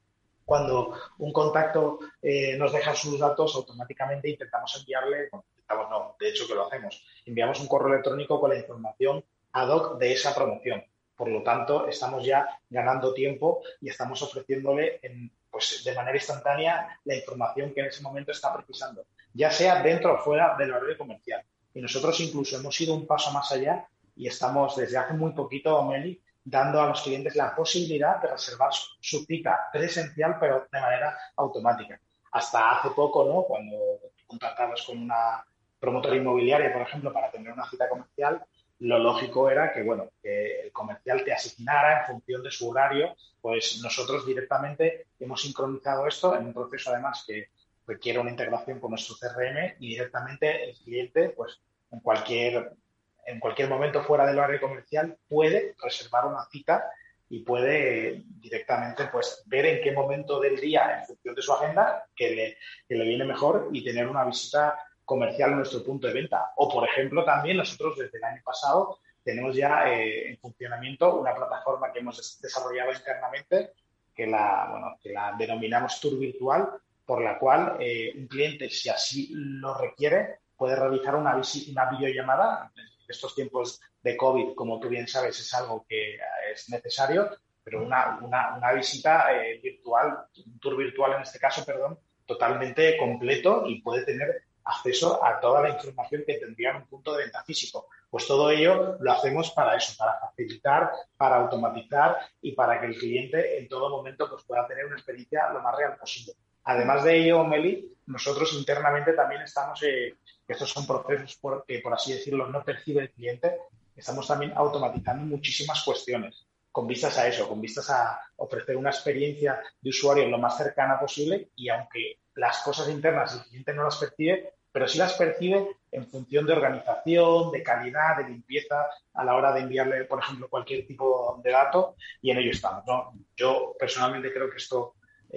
Cuando un contacto eh, nos deja sus datos, automáticamente intentamos enviarle, bueno, intentamos no, de hecho que lo hacemos, enviamos un correo electrónico con la información ad hoc de esa promoción. Por lo tanto, estamos ya ganando tiempo y estamos ofreciéndole en, pues, de manera instantánea la información que en ese momento está precisando, ya sea dentro o fuera del horario comercial. Y nosotros incluso hemos ido un paso más allá y estamos desde hace muy poquito, Meli, dando a los clientes la posibilidad de reservar su, su cita presencial, pero de manera automática. Hasta hace poco, ¿no? Cuando contactabas con una promotora inmobiliaria, por ejemplo, para tener una cita comercial, lo lógico era que, bueno, que el comercial te asignara en función de su horario. Pues nosotros directamente hemos sincronizado esto en un proceso, además, que requiere una integración con nuestro C R M, y directamente el cliente, pues, en cualquier en cualquier momento fuera del horario comercial puede reservar una cita y puede directamente pues ver en qué momento del día, en función de su agenda, que le, que le viene mejor, y tener una visita comercial a nuestro punto de venta. O, por ejemplo, también nosotros desde el año pasado tenemos ya eh, en funcionamiento una plataforma que hemos desarrollado internamente, que la, bueno, que la denominamos Tour Virtual, por la cual eh, un cliente, si así lo requiere, puede realizar una, visita, una videollamada. Estos tiempos de COVID, como tú bien sabes, es algo que es necesario, pero una, una, una visita eh, virtual, un tour virtual en este caso, perdón, totalmente completo, y puede tener acceso a toda la información que tendría en un punto de venta físico. Pues todo ello lo hacemos para eso, para facilitar, para automatizar y para que el cliente en todo momento pues, pueda tener una experiencia lo más real posible. Además de ello, Meli, nosotros internamente también estamos, eh, estos son procesos por, que, por así decirlo, no percibe el cliente, estamos también automatizando muchísimas cuestiones con vistas a eso, con vistas a ofrecer una experiencia de usuario lo más cercana posible, y aunque las cosas internas el cliente no las percibe, pero sí las percibe en función de organización, de calidad, de limpieza, a la hora de enviarle, por ejemplo, cualquier tipo de dato, y en ello estamos, ¿no? Yo personalmente creo que esto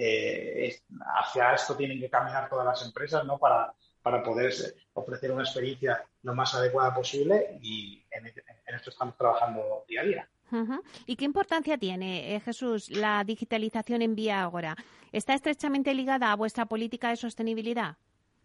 Eh, es, hacia esto tienen que caminar todas las empresas, ¿no? Para, para poder ofrecer una experiencia lo más adecuada posible, y en, en esto estamos trabajando día a día. Uh-huh. ¿Y qué importancia tiene, eh, Jesús, la digitalización en Vía Ágora? ¿Está estrechamente ligada a vuestra política de sostenibilidad?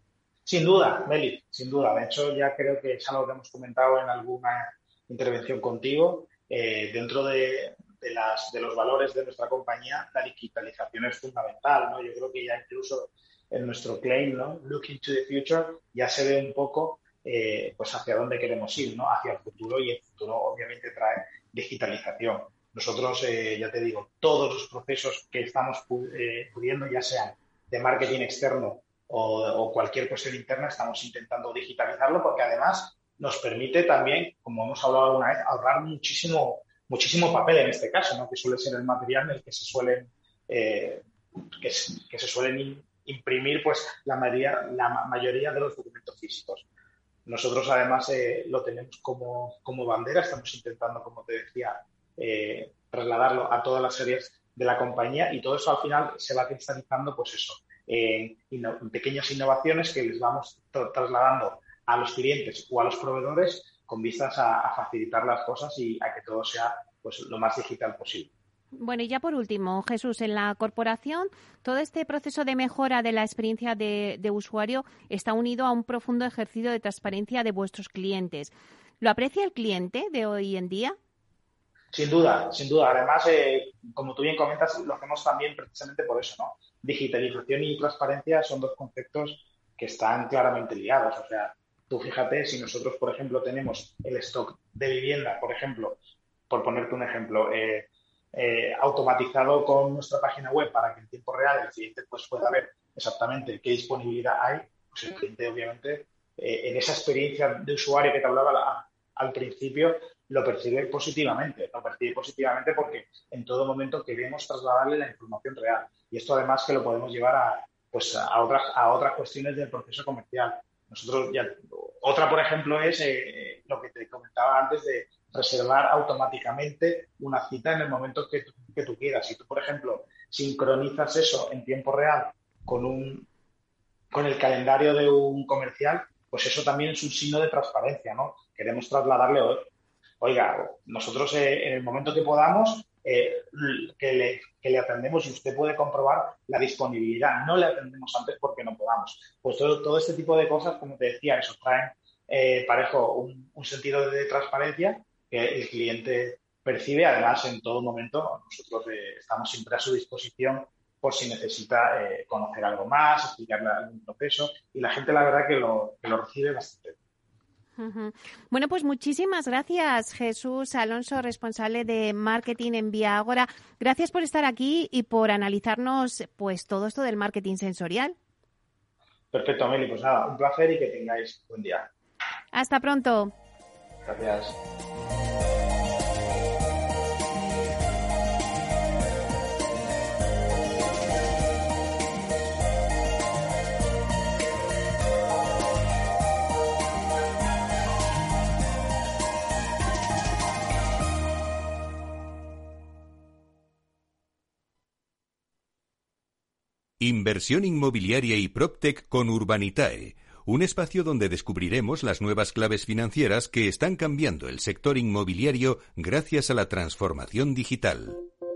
Sin duda, Meli, sin duda. De hecho, ya creo que es algo que hemos comentado en alguna intervención contigo. Eh, dentro de, de, las, de los valores de nuestra compañía, la digitalización es fundamental, ¿no? Yo creo que ya incluso en nuestro claim, ¿no? Looking to the future, ya se ve un poco eh, pues hacia dónde queremos ir, ¿no? Hacia el futuro, y el futuro obviamente trae digitalización. Nosotros, eh, ya te digo, todos los procesos que estamos eh, pudiendo, ya sean de marketing externo o, o cualquier cuestión interna, estamos intentando digitalizarlo, porque además nos permite también, como hemos hablado alguna vez, ahorrar muchísimo, muchísimo papel en este caso, ¿no? Que suele ser el material en el que se suelen, eh, que, que se suelen imprimir pues la mayoría, la mayoría de los documentos físicos. Nosotros además eh, lo tenemos como, como bandera, estamos intentando, como te decía, eh, trasladarlo a todas las áreas de la compañía, y todo eso al final se va cristalizando, pues eso, en, en pequeñas innovaciones que les vamos tra- trasladando a los clientes o a los proveedores con vistas a, a facilitar las cosas y a que todo sea pues lo más digital posible. Bueno, y ya por último, Jesús, en la corporación, todo este proceso de mejora de la experiencia de, de usuario está unido a un profundo ejercicio de transparencia de vuestros clientes. ¿Lo aprecia el cliente de hoy en día? Sin duda, sin duda. Además, eh, como tú bien comentas, lo hacemos también precisamente por eso, ¿no? Digitalización y transparencia son dos conceptos que están claramente ligados. O sea, tú fíjate, si nosotros, por ejemplo, tenemos el stock de vivienda, por ejemplo, por ponerte un ejemplo, eh, eh, automatizado con nuestra página web para que en tiempo real el cliente pues, pueda ver exactamente qué disponibilidad hay, pues el cliente, obviamente, eh, en esa experiencia de usuario que te hablaba la, al principio, lo percibe positivamente. Lo percibe positivamente porque en todo momento queremos trasladarle la información real. Y esto además que lo podemos llevar a, pues, a, otras, a otras cuestiones del proceso comercial. Nosotros ya, otra, por ejemplo, es eh, lo que te comentaba antes de reservar automáticamente una cita en el momento que tú, que tú quieras. Si tú, por ejemplo, sincronizas eso en tiempo real con, un, con el calendario de un comercial, pues eso también es un signo de transparencia, ¿no? Queremos trasladarle, oiga, nosotros eh, en el momento que podamos, eh, que, le, que le atendemos y usted puede comprobar la disponibilidad. No le atendemos antes porque no podamos. Pues todo, todo este tipo de cosas, como te decía, eso traen eh, parejo un, un sentido de transparencia que el cliente percibe. Además, en todo momento, nosotros eh, estamos siempre a su disposición por si necesita eh, conocer algo más, explicarle algún proceso, y la gente la verdad que lo, que lo recibe bastante. Uh-huh. Bueno, pues muchísimas gracias, Jesús Alonso, responsable de marketing en Vía Ágora. Gracias por estar aquí y por analizarnos pues todo esto del marketing sensorial. Perfecto, Amelie. Pues nada, un placer y que tengáis buen día. Hasta pronto. Gracias. Inversión inmobiliaria y PropTech con Urbanitae, un espacio donde descubriremos las nuevas claves financieras que están cambiando el sector inmobiliario gracias a la transformación digital.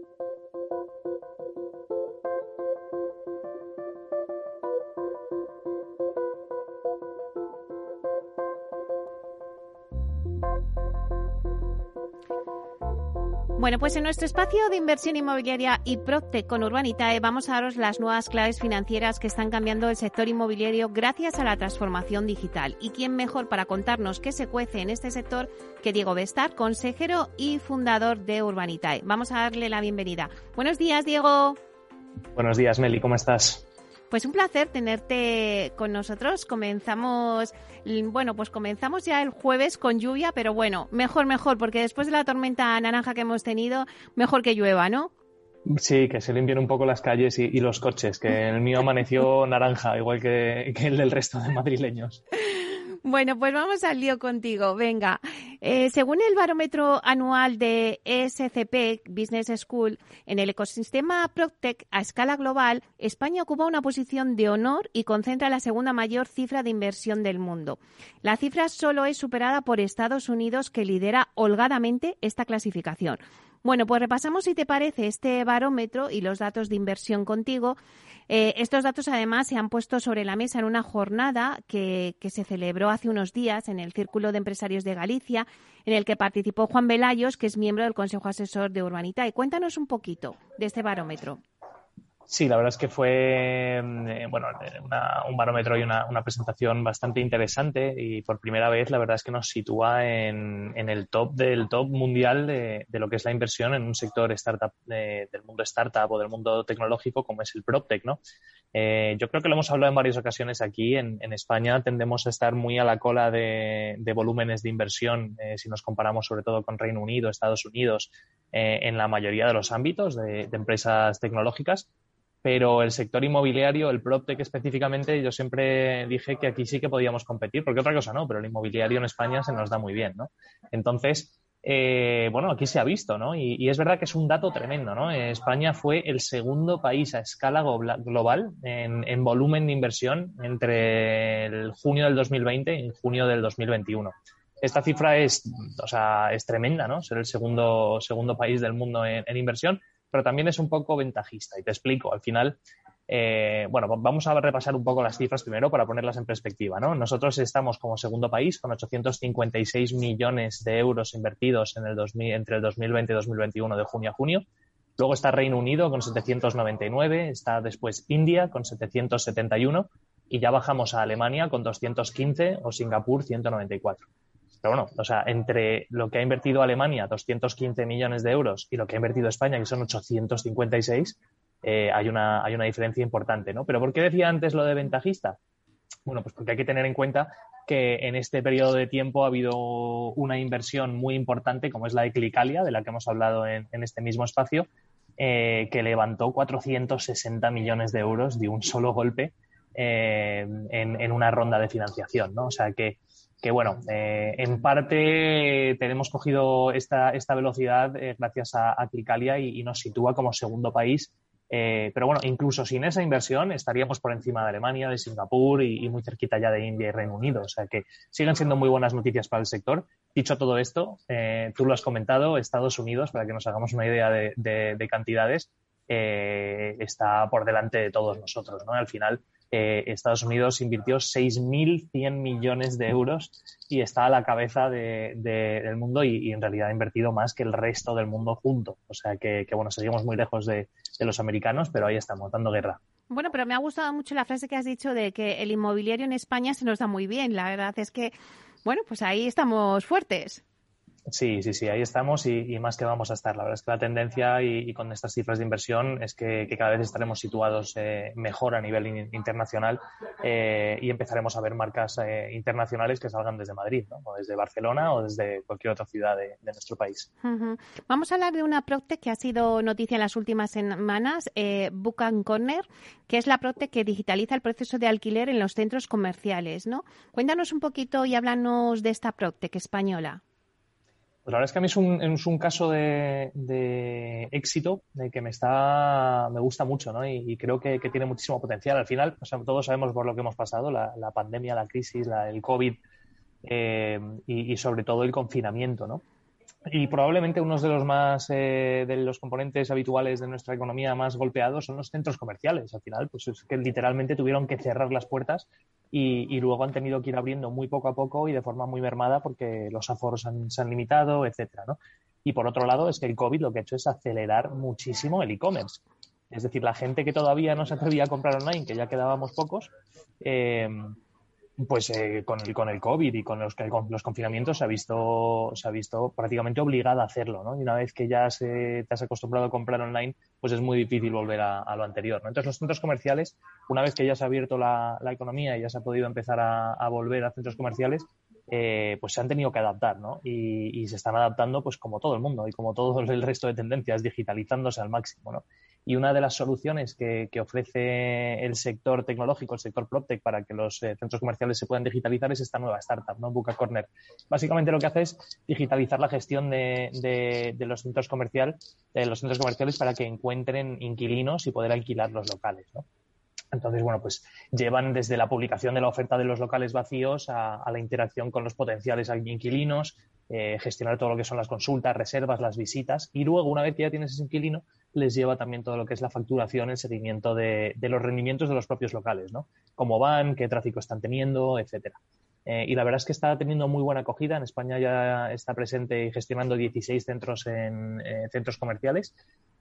Bueno, pues en nuestro espacio de inversión inmobiliaria y PropTech con Urbanitae vamos a daros las nuevas claves financieras que están cambiando el sector inmobiliario gracias a la transformación digital. ¿Y quién mejor para contarnos qué se cuece en este sector que Diego Bestar, consejero y fundador de Urbanitae? Vamos a darle la bienvenida. Buenos días, Diego. Buenos días, Meli, ¿cómo estás? Pues un placer tenerte con nosotros. Comenzamos, bueno, pues comenzamos ya el jueves con lluvia, pero bueno, mejor, mejor, porque después de la tormenta naranja que hemos tenido, mejor que llueva, ¿no? Sí, que se limpien un poco las calles y, y los coches, que el mío amaneció naranja, igual que, que el del resto de madrileños. Bueno, pues vamos al lío contigo. Venga, Eh, según el barómetro anual de E S C P Business School, en el ecosistema PropTech a escala global, España ocupa una posición de honor y concentra la segunda mayor cifra de inversión del mundo. La cifra solo es superada por Estados Unidos, que lidera holgadamente esta clasificación. Bueno, pues repasamos, si te parece, este barómetro y los datos de inversión contigo. Eh, estos datos, además, se han puesto sobre la mesa en una jornada que, que se celebró hace unos días en el Círculo de Empresarios de Galicia, en el que participó Juan Velayos, que es miembro del Consejo Asesor de Urbanitae. Cuéntanos un poquito de este barómetro. Sí, la verdad es que fue eh, bueno, una, un barómetro y una, una presentación bastante interesante, y por primera vez la verdad es que nos sitúa en, en el top del top mundial de, de lo que es la inversión en un sector startup, de, del mundo startup o del mundo tecnológico, como es el PropTech, ¿no? Eh, yo creo que lo hemos hablado en varias ocasiones aquí. En, en España tendemos a estar muy a la cola de, de volúmenes de inversión, eh, si nos comparamos sobre todo con Reino Unido, Estados Unidos, eh, en la mayoría de los ámbitos de, de empresas tecnológicas. Pero el sector inmobiliario, el PropTech específicamente, yo siempre dije que aquí sí que podíamos competir, porque otra cosa no, pero el inmobiliario en España se nos da muy bien, ¿no? Entonces, eh, bueno, aquí se ha visto, ¿no? Y, y es verdad que es un dato tremendo, ¿no? España fue el segundo país a escala global en, en volumen de inversión entre el junio del dos mil veinte y junio del dos mil veintiuno. Esta cifra es, o sea, es tremenda, ¿no? Ser el segundo, segundo país del mundo en, en inversión, pero también es un poco ventajista, y te explico. Al final, eh, bueno, vamos a repasar un poco las cifras primero para ponerlas en perspectiva, ¿no? Nosotros estamos como segundo país con ochocientos cincuenta y seis millones de euros invertidos en el dos mil, entre el dos mil veinte y dos mil veintiuno, de junio a junio. Luego está Reino Unido con setecientos noventa y nueve, está después India con setecientos setenta y uno, y ya bajamos a Alemania con doscientos quince o Singapur ciento noventa y cuatro. Pero bueno, o sea, entre lo que ha invertido Alemania, doscientos quince millones de euros, y lo que ha invertido España, que son ochocientos cincuenta y seis, eh, hay una, hay una diferencia importante, ¿no? Pero ¿por qué decía antes lo de ventajista? Bueno, pues porque hay que tener en cuenta que en este periodo de tiempo ha habido una inversión muy importante, como es la de Clicalia, de la que hemos hablado en, en este mismo espacio, eh, que levantó cuatrocientos sesenta millones de euros de un solo golpe eh, en, en una ronda de financiación, ¿no? O sea que que bueno, eh, en parte tenemos cogido esta, esta velocidad eh, gracias a, a Clicalia, y, y nos sitúa como segundo país. Eh, pero bueno, incluso sin esa inversión estaríamos por encima de Alemania, de Singapur y, y muy cerquita ya de India y Reino Unido. O sea que siguen siendo muy buenas noticias para el sector. Dicho todo esto, eh, tú lo has comentado, Estados Unidos, para que nos hagamos una idea de, de, de cantidades, eh, está por delante de todos nosotros, ¿no? Al final, Eh, Estados Unidos invirtió seis mil cien millones de euros y está a la cabeza de, de, del mundo, y, y en realidad ha invertido más que el resto del mundo junto. O sea que, que bueno, seguimos muy lejos de, de los americanos, pero ahí estamos, dando guerra. Bueno, pero me ha gustado mucho la frase que has dicho de que el inmobiliario en España se nos da muy bien. La verdad es que, bueno, pues ahí estamos fuertes. Sí, sí, sí, ahí estamos, y, y más que vamos a estar. La verdad es que la tendencia, y, y con estas cifras de inversión, es que, que cada vez estaremos situados eh, mejor a nivel in, internacional, eh, y empezaremos a ver marcas eh, internacionales que salgan desde Madrid, ¿no? O desde Barcelona o desde cualquier otra ciudad de, de nuestro país. Uh-huh. Vamos a hablar de una PropTech que ha sido noticia en las últimas semanas, eh, Book and Corner, que es la PropTech que digitaliza el proceso de alquiler en los centros comerciales, ¿no? Cuéntanos un poquito y háblanos de esta PropTech española. Pues la verdad es que a mí es un, es un caso de, de éxito de que me está me gusta mucho, ¿no? Y, y creo que, que tiene muchísimo potencial. Al final, o sea, todos sabemos por lo que hemos pasado, la, la pandemia, la crisis, la, el COVID, eh, y, y sobre todo el confinamiento, ¿no? Y probablemente uno de los más eh, de los componentes habituales de nuestra economía más golpeados son los centros comerciales. Al final, pues es que literalmente tuvieron que cerrar las puertas, y, y luego han tenido que ir abriendo muy poco a poco y de forma muy mermada, porque los aforos han, se han limitado, etcétera, ¿no? Y por otro lado, es que el COVID lo que ha hecho es acelerar muchísimo el e-commerce. Es decir, la gente que todavía no se atrevía a comprar online, que ya quedábamos pocos, eh, pues eh, con el con el COVID y con los, con los confinamientos se ha visto se ha visto prácticamente obligada a hacerlo, ¿no? Y una vez que ya se, te has acostumbrado a comprar online, pues es muy difícil volver a, a lo anterior, ¿no? Entonces los centros comerciales, una vez que ya se ha abierto la, la economía y ya se ha podido empezar a, a volver a centros comerciales, eh, pues se han tenido que adaptar, ¿no? Y, y se están adaptando pues como todo el mundo y como todo el resto de tendencias, digitalizándose al máximo, ¿no? Y una de las soluciones que, que ofrece el sector tecnológico, el sector PropTech, para que los eh, centros comerciales se puedan digitalizar es esta nueva startup, ¿no? Buka Corner. Básicamente lo que hace es digitalizar la gestión de, de, de los centros comercial, de los centros comerciales para que encuentren inquilinos y poder alquilar los locales, ¿no? Entonces, bueno, pues llevan desde la publicación de la oferta de los locales vacíos a, a la interacción con los potenciales inquilinos, eh, gestionar todo lo que son las consultas, reservas, las visitas, y luego, una vez que ya tienes ese inquilino, les lleva también todo lo que es la facturación, el seguimiento de, de los rendimientos de los propios locales, ¿no? Cómo van, qué tráfico están teniendo, etcétera. Eh, y la verdad es que está teniendo muy buena acogida. En España ya está presente y gestionando dieciséis centros en eh, centros comerciales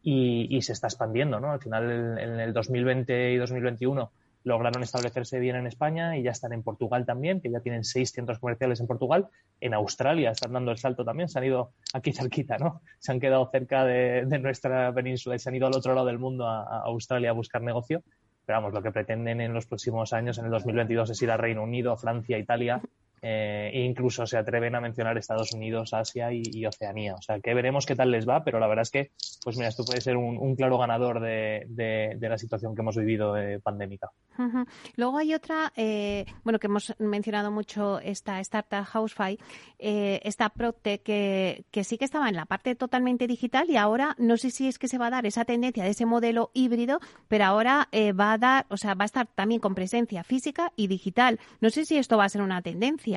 y, y se está expandiendo, ¿no? Al final, en, en el dos mil veinte y dos mil veintiuno lograron establecerse bien en España y ya están en Portugal también, que ya tienen seis centros comerciales en Portugal. En Australia están dando el salto también, se han ido aquí cerquita, ¿no? Se han quedado cerca de, de nuestra península y se han ido al otro lado del mundo, a, a Australia, a buscar negocio. Pero vamos, lo que pretenden en los próximos años, en el dos mil veintidós, es ir a Reino Unido, Francia, Italia, eh, e incluso se atreven a mencionar Estados Unidos, Asia y, y Oceanía. O sea, que veremos qué tal les va, pero la verdad es que, pues mira, esto puede ser un, un claro ganador de, de, de la situación que hemos vivido eh, pandémica. Uh-huh. Luego hay otra, eh, bueno, que hemos mencionado mucho, esta startup Housefy, eh, esta PropTech que, que sí que estaba en la parte totalmente digital y ahora no sé si es que se va a dar esa tendencia de ese modelo híbrido, pero ahora eh, va a dar, o sea, va a estar también con presencia física y digital. No sé si esto va a ser una tendencia.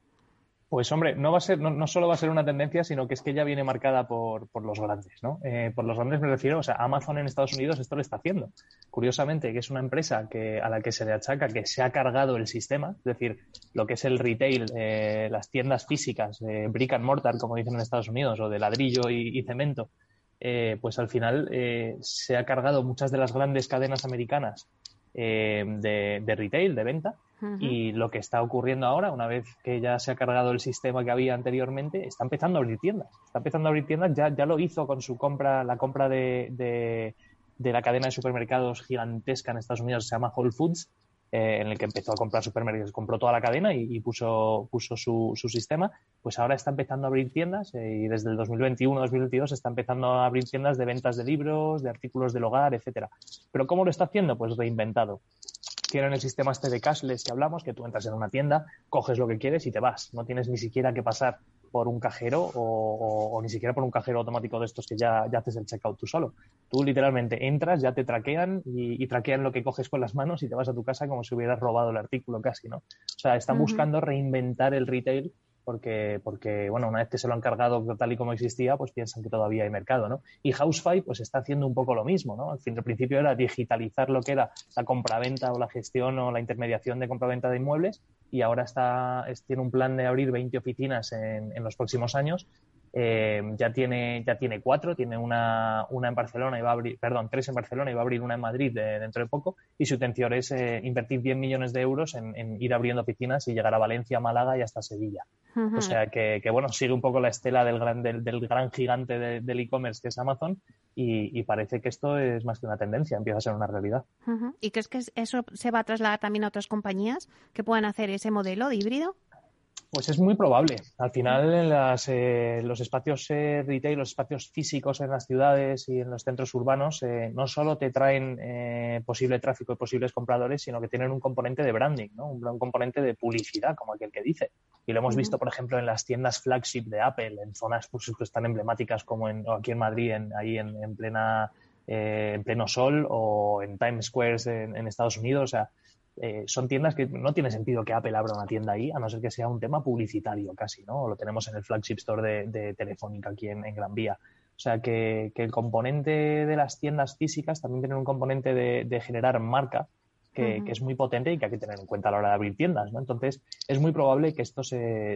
Pues hombre, no va a ser, no, no solo va a ser una tendencia, sino que es que ya viene marcada por, por los grandes, ¿no? Eh, por los grandes me refiero, o sea, Amazon en Estados Unidos esto lo está haciendo. Curiosamente, que es una empresa que a la que se le achaca que se ha cargado el sistema, es decir, lo que es el retail, eh, las tiendas físicas, eh, brick and mortar, como dicen en Estados Unidos, o de ladrillo y, y cemento, eh, pues al final eh, se ha cargado muchas de las grandes cadenas americanas eh, de, de retail, de venta. Uh-huh. Y lo que está ocurriendo ahora, una vez que ya se ha cargado el sistema que había anteriormente, está empezando a abrir tiendas. Está empezando a abrir tiendas, ya, ya lo hizo con su compra, la compra de, de, de la cadena de supermercados gigantesca en Estados Unidos, se llama Whole Foods, eh, en el que empezó a comprar supermercados, compró toda la cadena y, y puso, puso su, su sistema. Pues ahora está empezando a abrir tiendas eh, y desde el dos mil veintiuno dos mil veintidós está empezando a abrir tiendas de ventas de libros, de artículos del hogar, etcétera. ¿Pero cómo lo está haciendo? Pues reinventado. Tienen el sistema este de cashless que hablamos, que tú entras en una tienda, coges lo que quieres y te vas. No tienes ni siquiera que pasar por un cajero o, o, o ni siquiera por un cajero automático de estos que ya, ya haces el checkout tú solo. Tú literalmente entras, ya te traquean y, y traquean lo que coges con las manos y te vas a tu casa como si hubieras robado el artículo casi, ¿no? O sea, están uh-huh. buscando reinventar el retail porque, porque, bueno, una vez que se lo han cargado tal y como existía, pues piensan que todavía hay mercado, ¿no? Y Housefy, pues está haciendo un poco lo mismo, ¿no? Al fin, al principio era digitalizar lo que era la compraventa o la gestión o la intermediación de compraventa de inmuebles y ahora está, es, tiene un plan de abrir veinte oficinas en, en los próximos años. Eh, ya tiene ya tiene cuatro, tiene una, una en Barcelona y va a abrir, perdón, tres en Barcelona y va a abrir una en Madrid de, dentro de poco y su intención es eh, invertir diez millones de euros en, en ir abriendo oficinas y llegar a Valencia, Málaga y hasta Sevilla. Uh-huh. O sea que, que bueno, sigue un poco la estela del gran, del, del gran gigante de, del e-commerce que es Amazon y, y parece que esto es más que una tendencia, empieza a ser una realidad. Uh-huh. ¿Y crees que eso se va a trasladar también a otras compañías que puedan hacer ese modelo de híbrido? Pues es muy probable. Al final, en las, eh, los espacios eh, retail, los espacios físicos en las ciudades y en los centros urbanos, eh, no solo te traen eh, posible tráfico y posibles compradores, sino que tienen un componente de branding, ¿no? Un, un componente de publicidad, como aquel que dice. Y lo hemos uh-huh. visto, por ejemplo, en las tiendas flagship de Apple, en zonas pues, tan emblemáticas como en, o aquí en Madrid, en, ahí en, en, plena, eh, en pleno sol, o en Times Square en, en Estados Unidos. O sea, Eh, son tiendas que no tiene sentido que Apple abra una tienda ahí, a no ser que sea un tema publicitario casi, ¿no? Lo tenemos en el flagship store de, de Telefónica aquí en, en Gran Vía. O sea, que, que el componente de las tiendas físicas también tiene un componente de, de generar marca que, uh-huh. que es muy potente y que hay que tener en cuenta a la hora de abrir tiendas, ¿no? Entonces, es muy probable que esto se,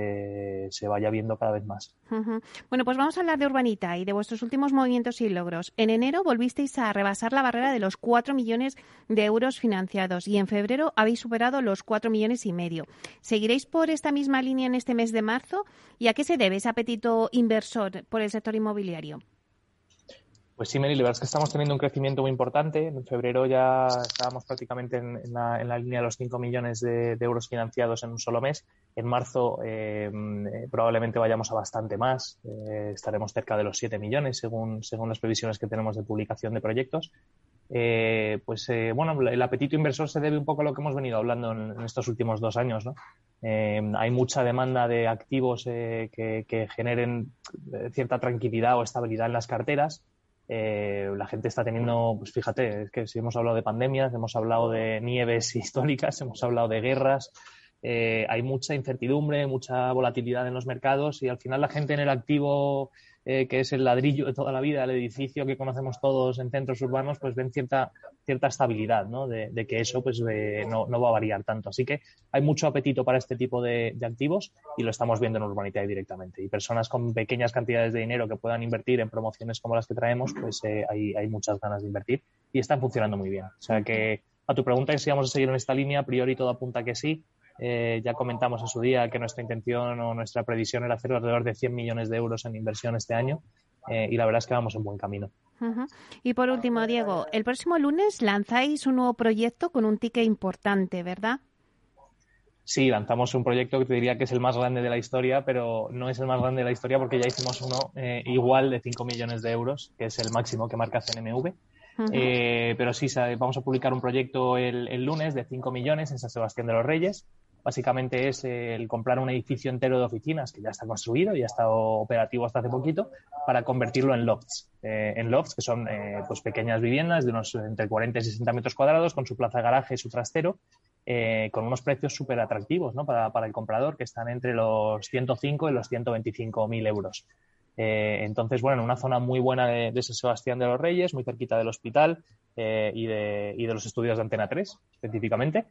se, se vaya viendo cada vez más. Uh-huh. Bueno, pues vamos a hablar de Urbanita y de vuestros últimos movimientos y logros. En enero volvisteis a rebasar la barrera de los cuatro millones de euros financiados y en febrero habéis superado los cuatro millones y medio. ¿Seguiréis por esta misma línea en este mes de marzo? ¿Y a qué se debe ese apetito inversor por el sector inmobiliario? Pues sí, Meli, la verdad es que estamos teniendo un crecimiento muy importante. En febrero ya estábamos prácticamente en, en, la, en la línea de los cinco millones de, de euros financiados en un solo mes. En marzo eh, probablemente vayamos a bastante más. Eh, estaremos cerca de los siete millones según, según las previsiones que tenemos de publicación de proyectos. Eh, pues eh, bueno, el apetito inversor se debe un poco a lo que hemos venido hablando en, en estos últimos dos años, ¿no? Eh, hay mucha demanda de activos eh, que, que generen cierta tranquilidad o estabilidad en las carteras. Eh, la gente está teniendo, pues fíjate, es que si hemos hablado de pandemias, hemos hablado de nieves históricas, hemos hablado de guerras, eh, hay mucha incertidumbre, mucha volatilidad en los mercados y al final la gente en el activo eh, que es el ladrillo de toda la vida, el edificio que conocemos todos en centros urbanos, pues ven cierta cierta estabilidad, ¿no? De, de que eso pues eh, no, no va a variar tanto. Así que hay mucho apetito para este tipo de, de activos y lo estamos viendo en Urbanitae directamente. Y personas con pequeñas cantidades de dinero que puedan invertir en promociones como las que traemos, pues eh, hay, hay muchas ganas de invertir y están funcionando muy bien. O sea que a tu pregunta, que si vamos a seguir en esta línea, a priori todo apunta que sí. Eh, ya comentamos en su día que nuestra intención o nuestra previsión era hacer alrededor de cien millones de euros en inversión este año eh, y la verdad es que vamos en buen camino. Uh-huh. Y por último, Diego, el próximo lunes lanzáis un nuevo proyecto con un ticket importante, ¿verdad? Sí, lanzamos un proyecto que te diría que es el más grande de la historia, pero no es el más grande de la historia porque ya hicimos uno eh, igual de cinco millones de euros, que es el máximo que marca C N M V. Uh-huh. Eh, pero sí, vamos a publicar un proyecto el, el lunes de cinco millones en San Sebastián de los Reyes. Básicamente es el comprar un edificio entero de oficinas que ya está construido y ha estado operativo hasta hace poquito para convertirlo en lofts. Eh, en lofts que son eh, pues pequeñas viviendas de unos entre cuarenta y sesenta metros cuadrados con su plaza de garaje y su trastero eh, con unos precios súper atractivos, ¿no? para, para el comprador, que están entre los ciento cinco y los ciento veinticinco mil euros. Eh, entonces, bueno, en una zona muy buena de, de San Sebastián de los Reyes, muy cerquita del hospital eh, y, de, y de los estudios de Antena tres, específicamente.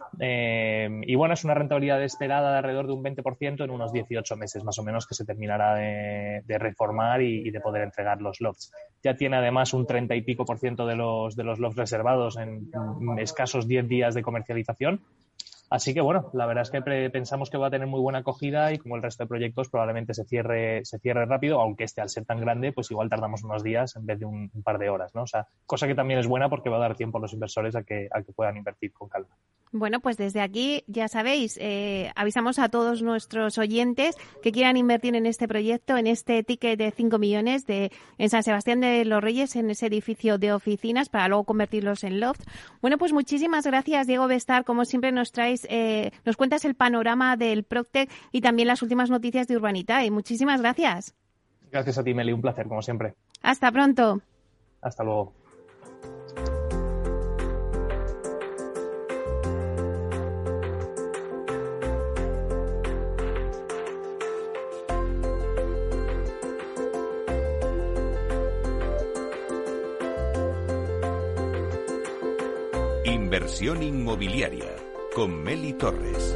Eh, y bueno, es una rentabilidad esperada de alrededor de un veinte por ciento en unos dieciocho meses, más o menos, que se terminará de, de reformar y, y de poder entregar los lofts. Ya tiene además un treinta y pico por ciento de los, de los lofts reservados en, en escasos diez días de comercialización. Así que bueno, la verdad es que pre- pensamos que va a tener muy buena acogida y como el resto de proyectos probablemente se cierre se cierre rápido, aunque este al ser tan grande pues igual tardamos unos días en vez de un, un par de horas, ¿no? O sea, cosa que también es buena porque va a dar tiempo a los inversores a que, a que puedan invertir con calma. Bueno, pues desde aquí, ya sabéis, eh, avisamos a todos nuestros oyentes que quieran invertir en este proyecto, en este ticket de cinco millones de en San Sebastián de los Reyes, en ese edificio de oficinas, para luego convertirlos en loft. Bueno, pues muchísimas gracias, Diego Bestar. Como siempre nos traes, eh, nos cuentas el panorama del PropTech y también las últimas noticias de Urbanitae. Muchísimas gracias. Gracias a ti, Meli. Un placer, como siempre. Hasta pronto. Hasta luego. Inversión inmobiliaria con Meli Torres.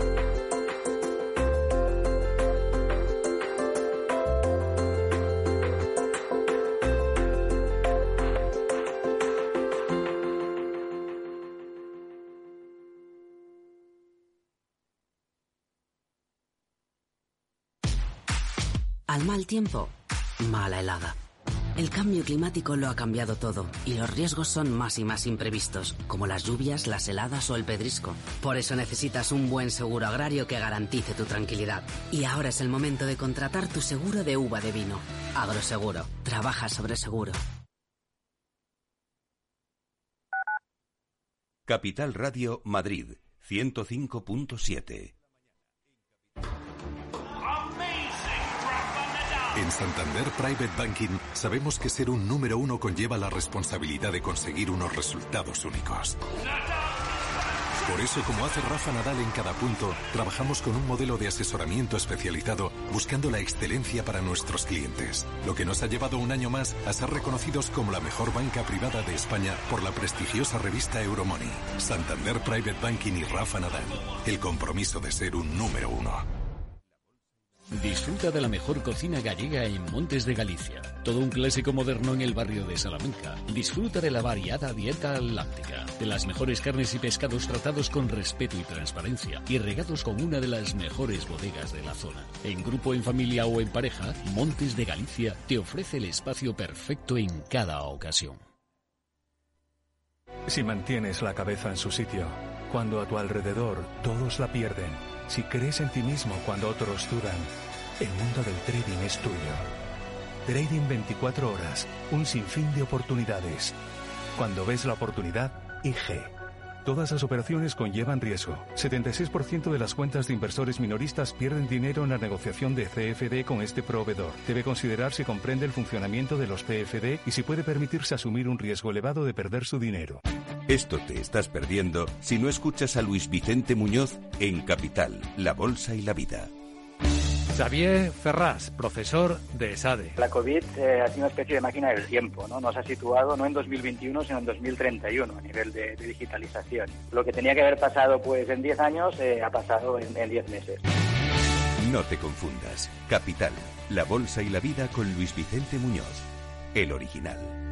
Al mal tiempo, mala helada. El cambio climático lo ha cambiado todo y los riesgos son más y más imprevistos, como las lluvias, las heladas o el pedrisco. Por eso necesitas un buen seguro agrario que garantice tu tranquilidad. Y ahora es el momento de contratar tu seguro de uva de vino. Agroseguro. Trabaja sobre seguro. Capital Radio Madrid, ciento cinco punto siete. En Santander Private Banking sabemos que ser un número uno conlleva la responsabilidad de conseguir unos resultados únicos. Por eso, como hace Rafa Nadal en cada punto, trabajamos con un modelo de asesoramiento especializado buscando la excelencia para nuestros clientes, lo que nos ha llevado un año más a ser reconocidos como la mejor banca privada de España por la prestigiosa revista Euromoney. Santander Private Banking y Rafa Nadal, el compromiso de ser un número uno. Disfruta de la mejor cocina gallega en Montes de Galicia. Todo un clásico moderno en el barrio de Salamanca. Disfruta de la variada dieta atlántica, de las mejores carnes y pescados tratados con respeto y transparencia y regados con una de las mejores bodegas de la zona. En grupo, en familia o en pareja, Montes de Galicia te ofrece el espacio perfecto en cada ocasión. Si mantienes la cabeza en su sitio, cuando a tu alrededor todos la pierden, si crees en ti mismo cuando otros dudan, el mundo del trading es tuyo. Trading veinticuatro horas, un sinfín de oportunidades. Cuando ves la oportunidad, I G. Todas las operaciones conllevan riesgo. setenta y seis por ciento de las cuentas de inversores minoristas pierden dinero en la negociación de C F D con este proveedor. Debe considerar si comprende el funcionamiento de los C F D y si puede permitirse asumir un riesgo elevado de perder su dinero. Esto te estás perdiendo si no escuchas a Luis Vicente Muñoz en Capital, La Bolsa y la Vida. Xavier Ferrás, profesor de ESADE. La COVID eh, ha sido una especie de máquina del tiempo, ¿no? Nos ha situado no en dos mil veintiuno, sino en dos mil treinta y uno a nivel de, de digitalización. Lo que tenía que haber pasado pues en diez años eh, ha pasado en, en diez meses. No te confundas. Capital, La Bolsa y la Vida con Luis Vicente Muñoz, el original.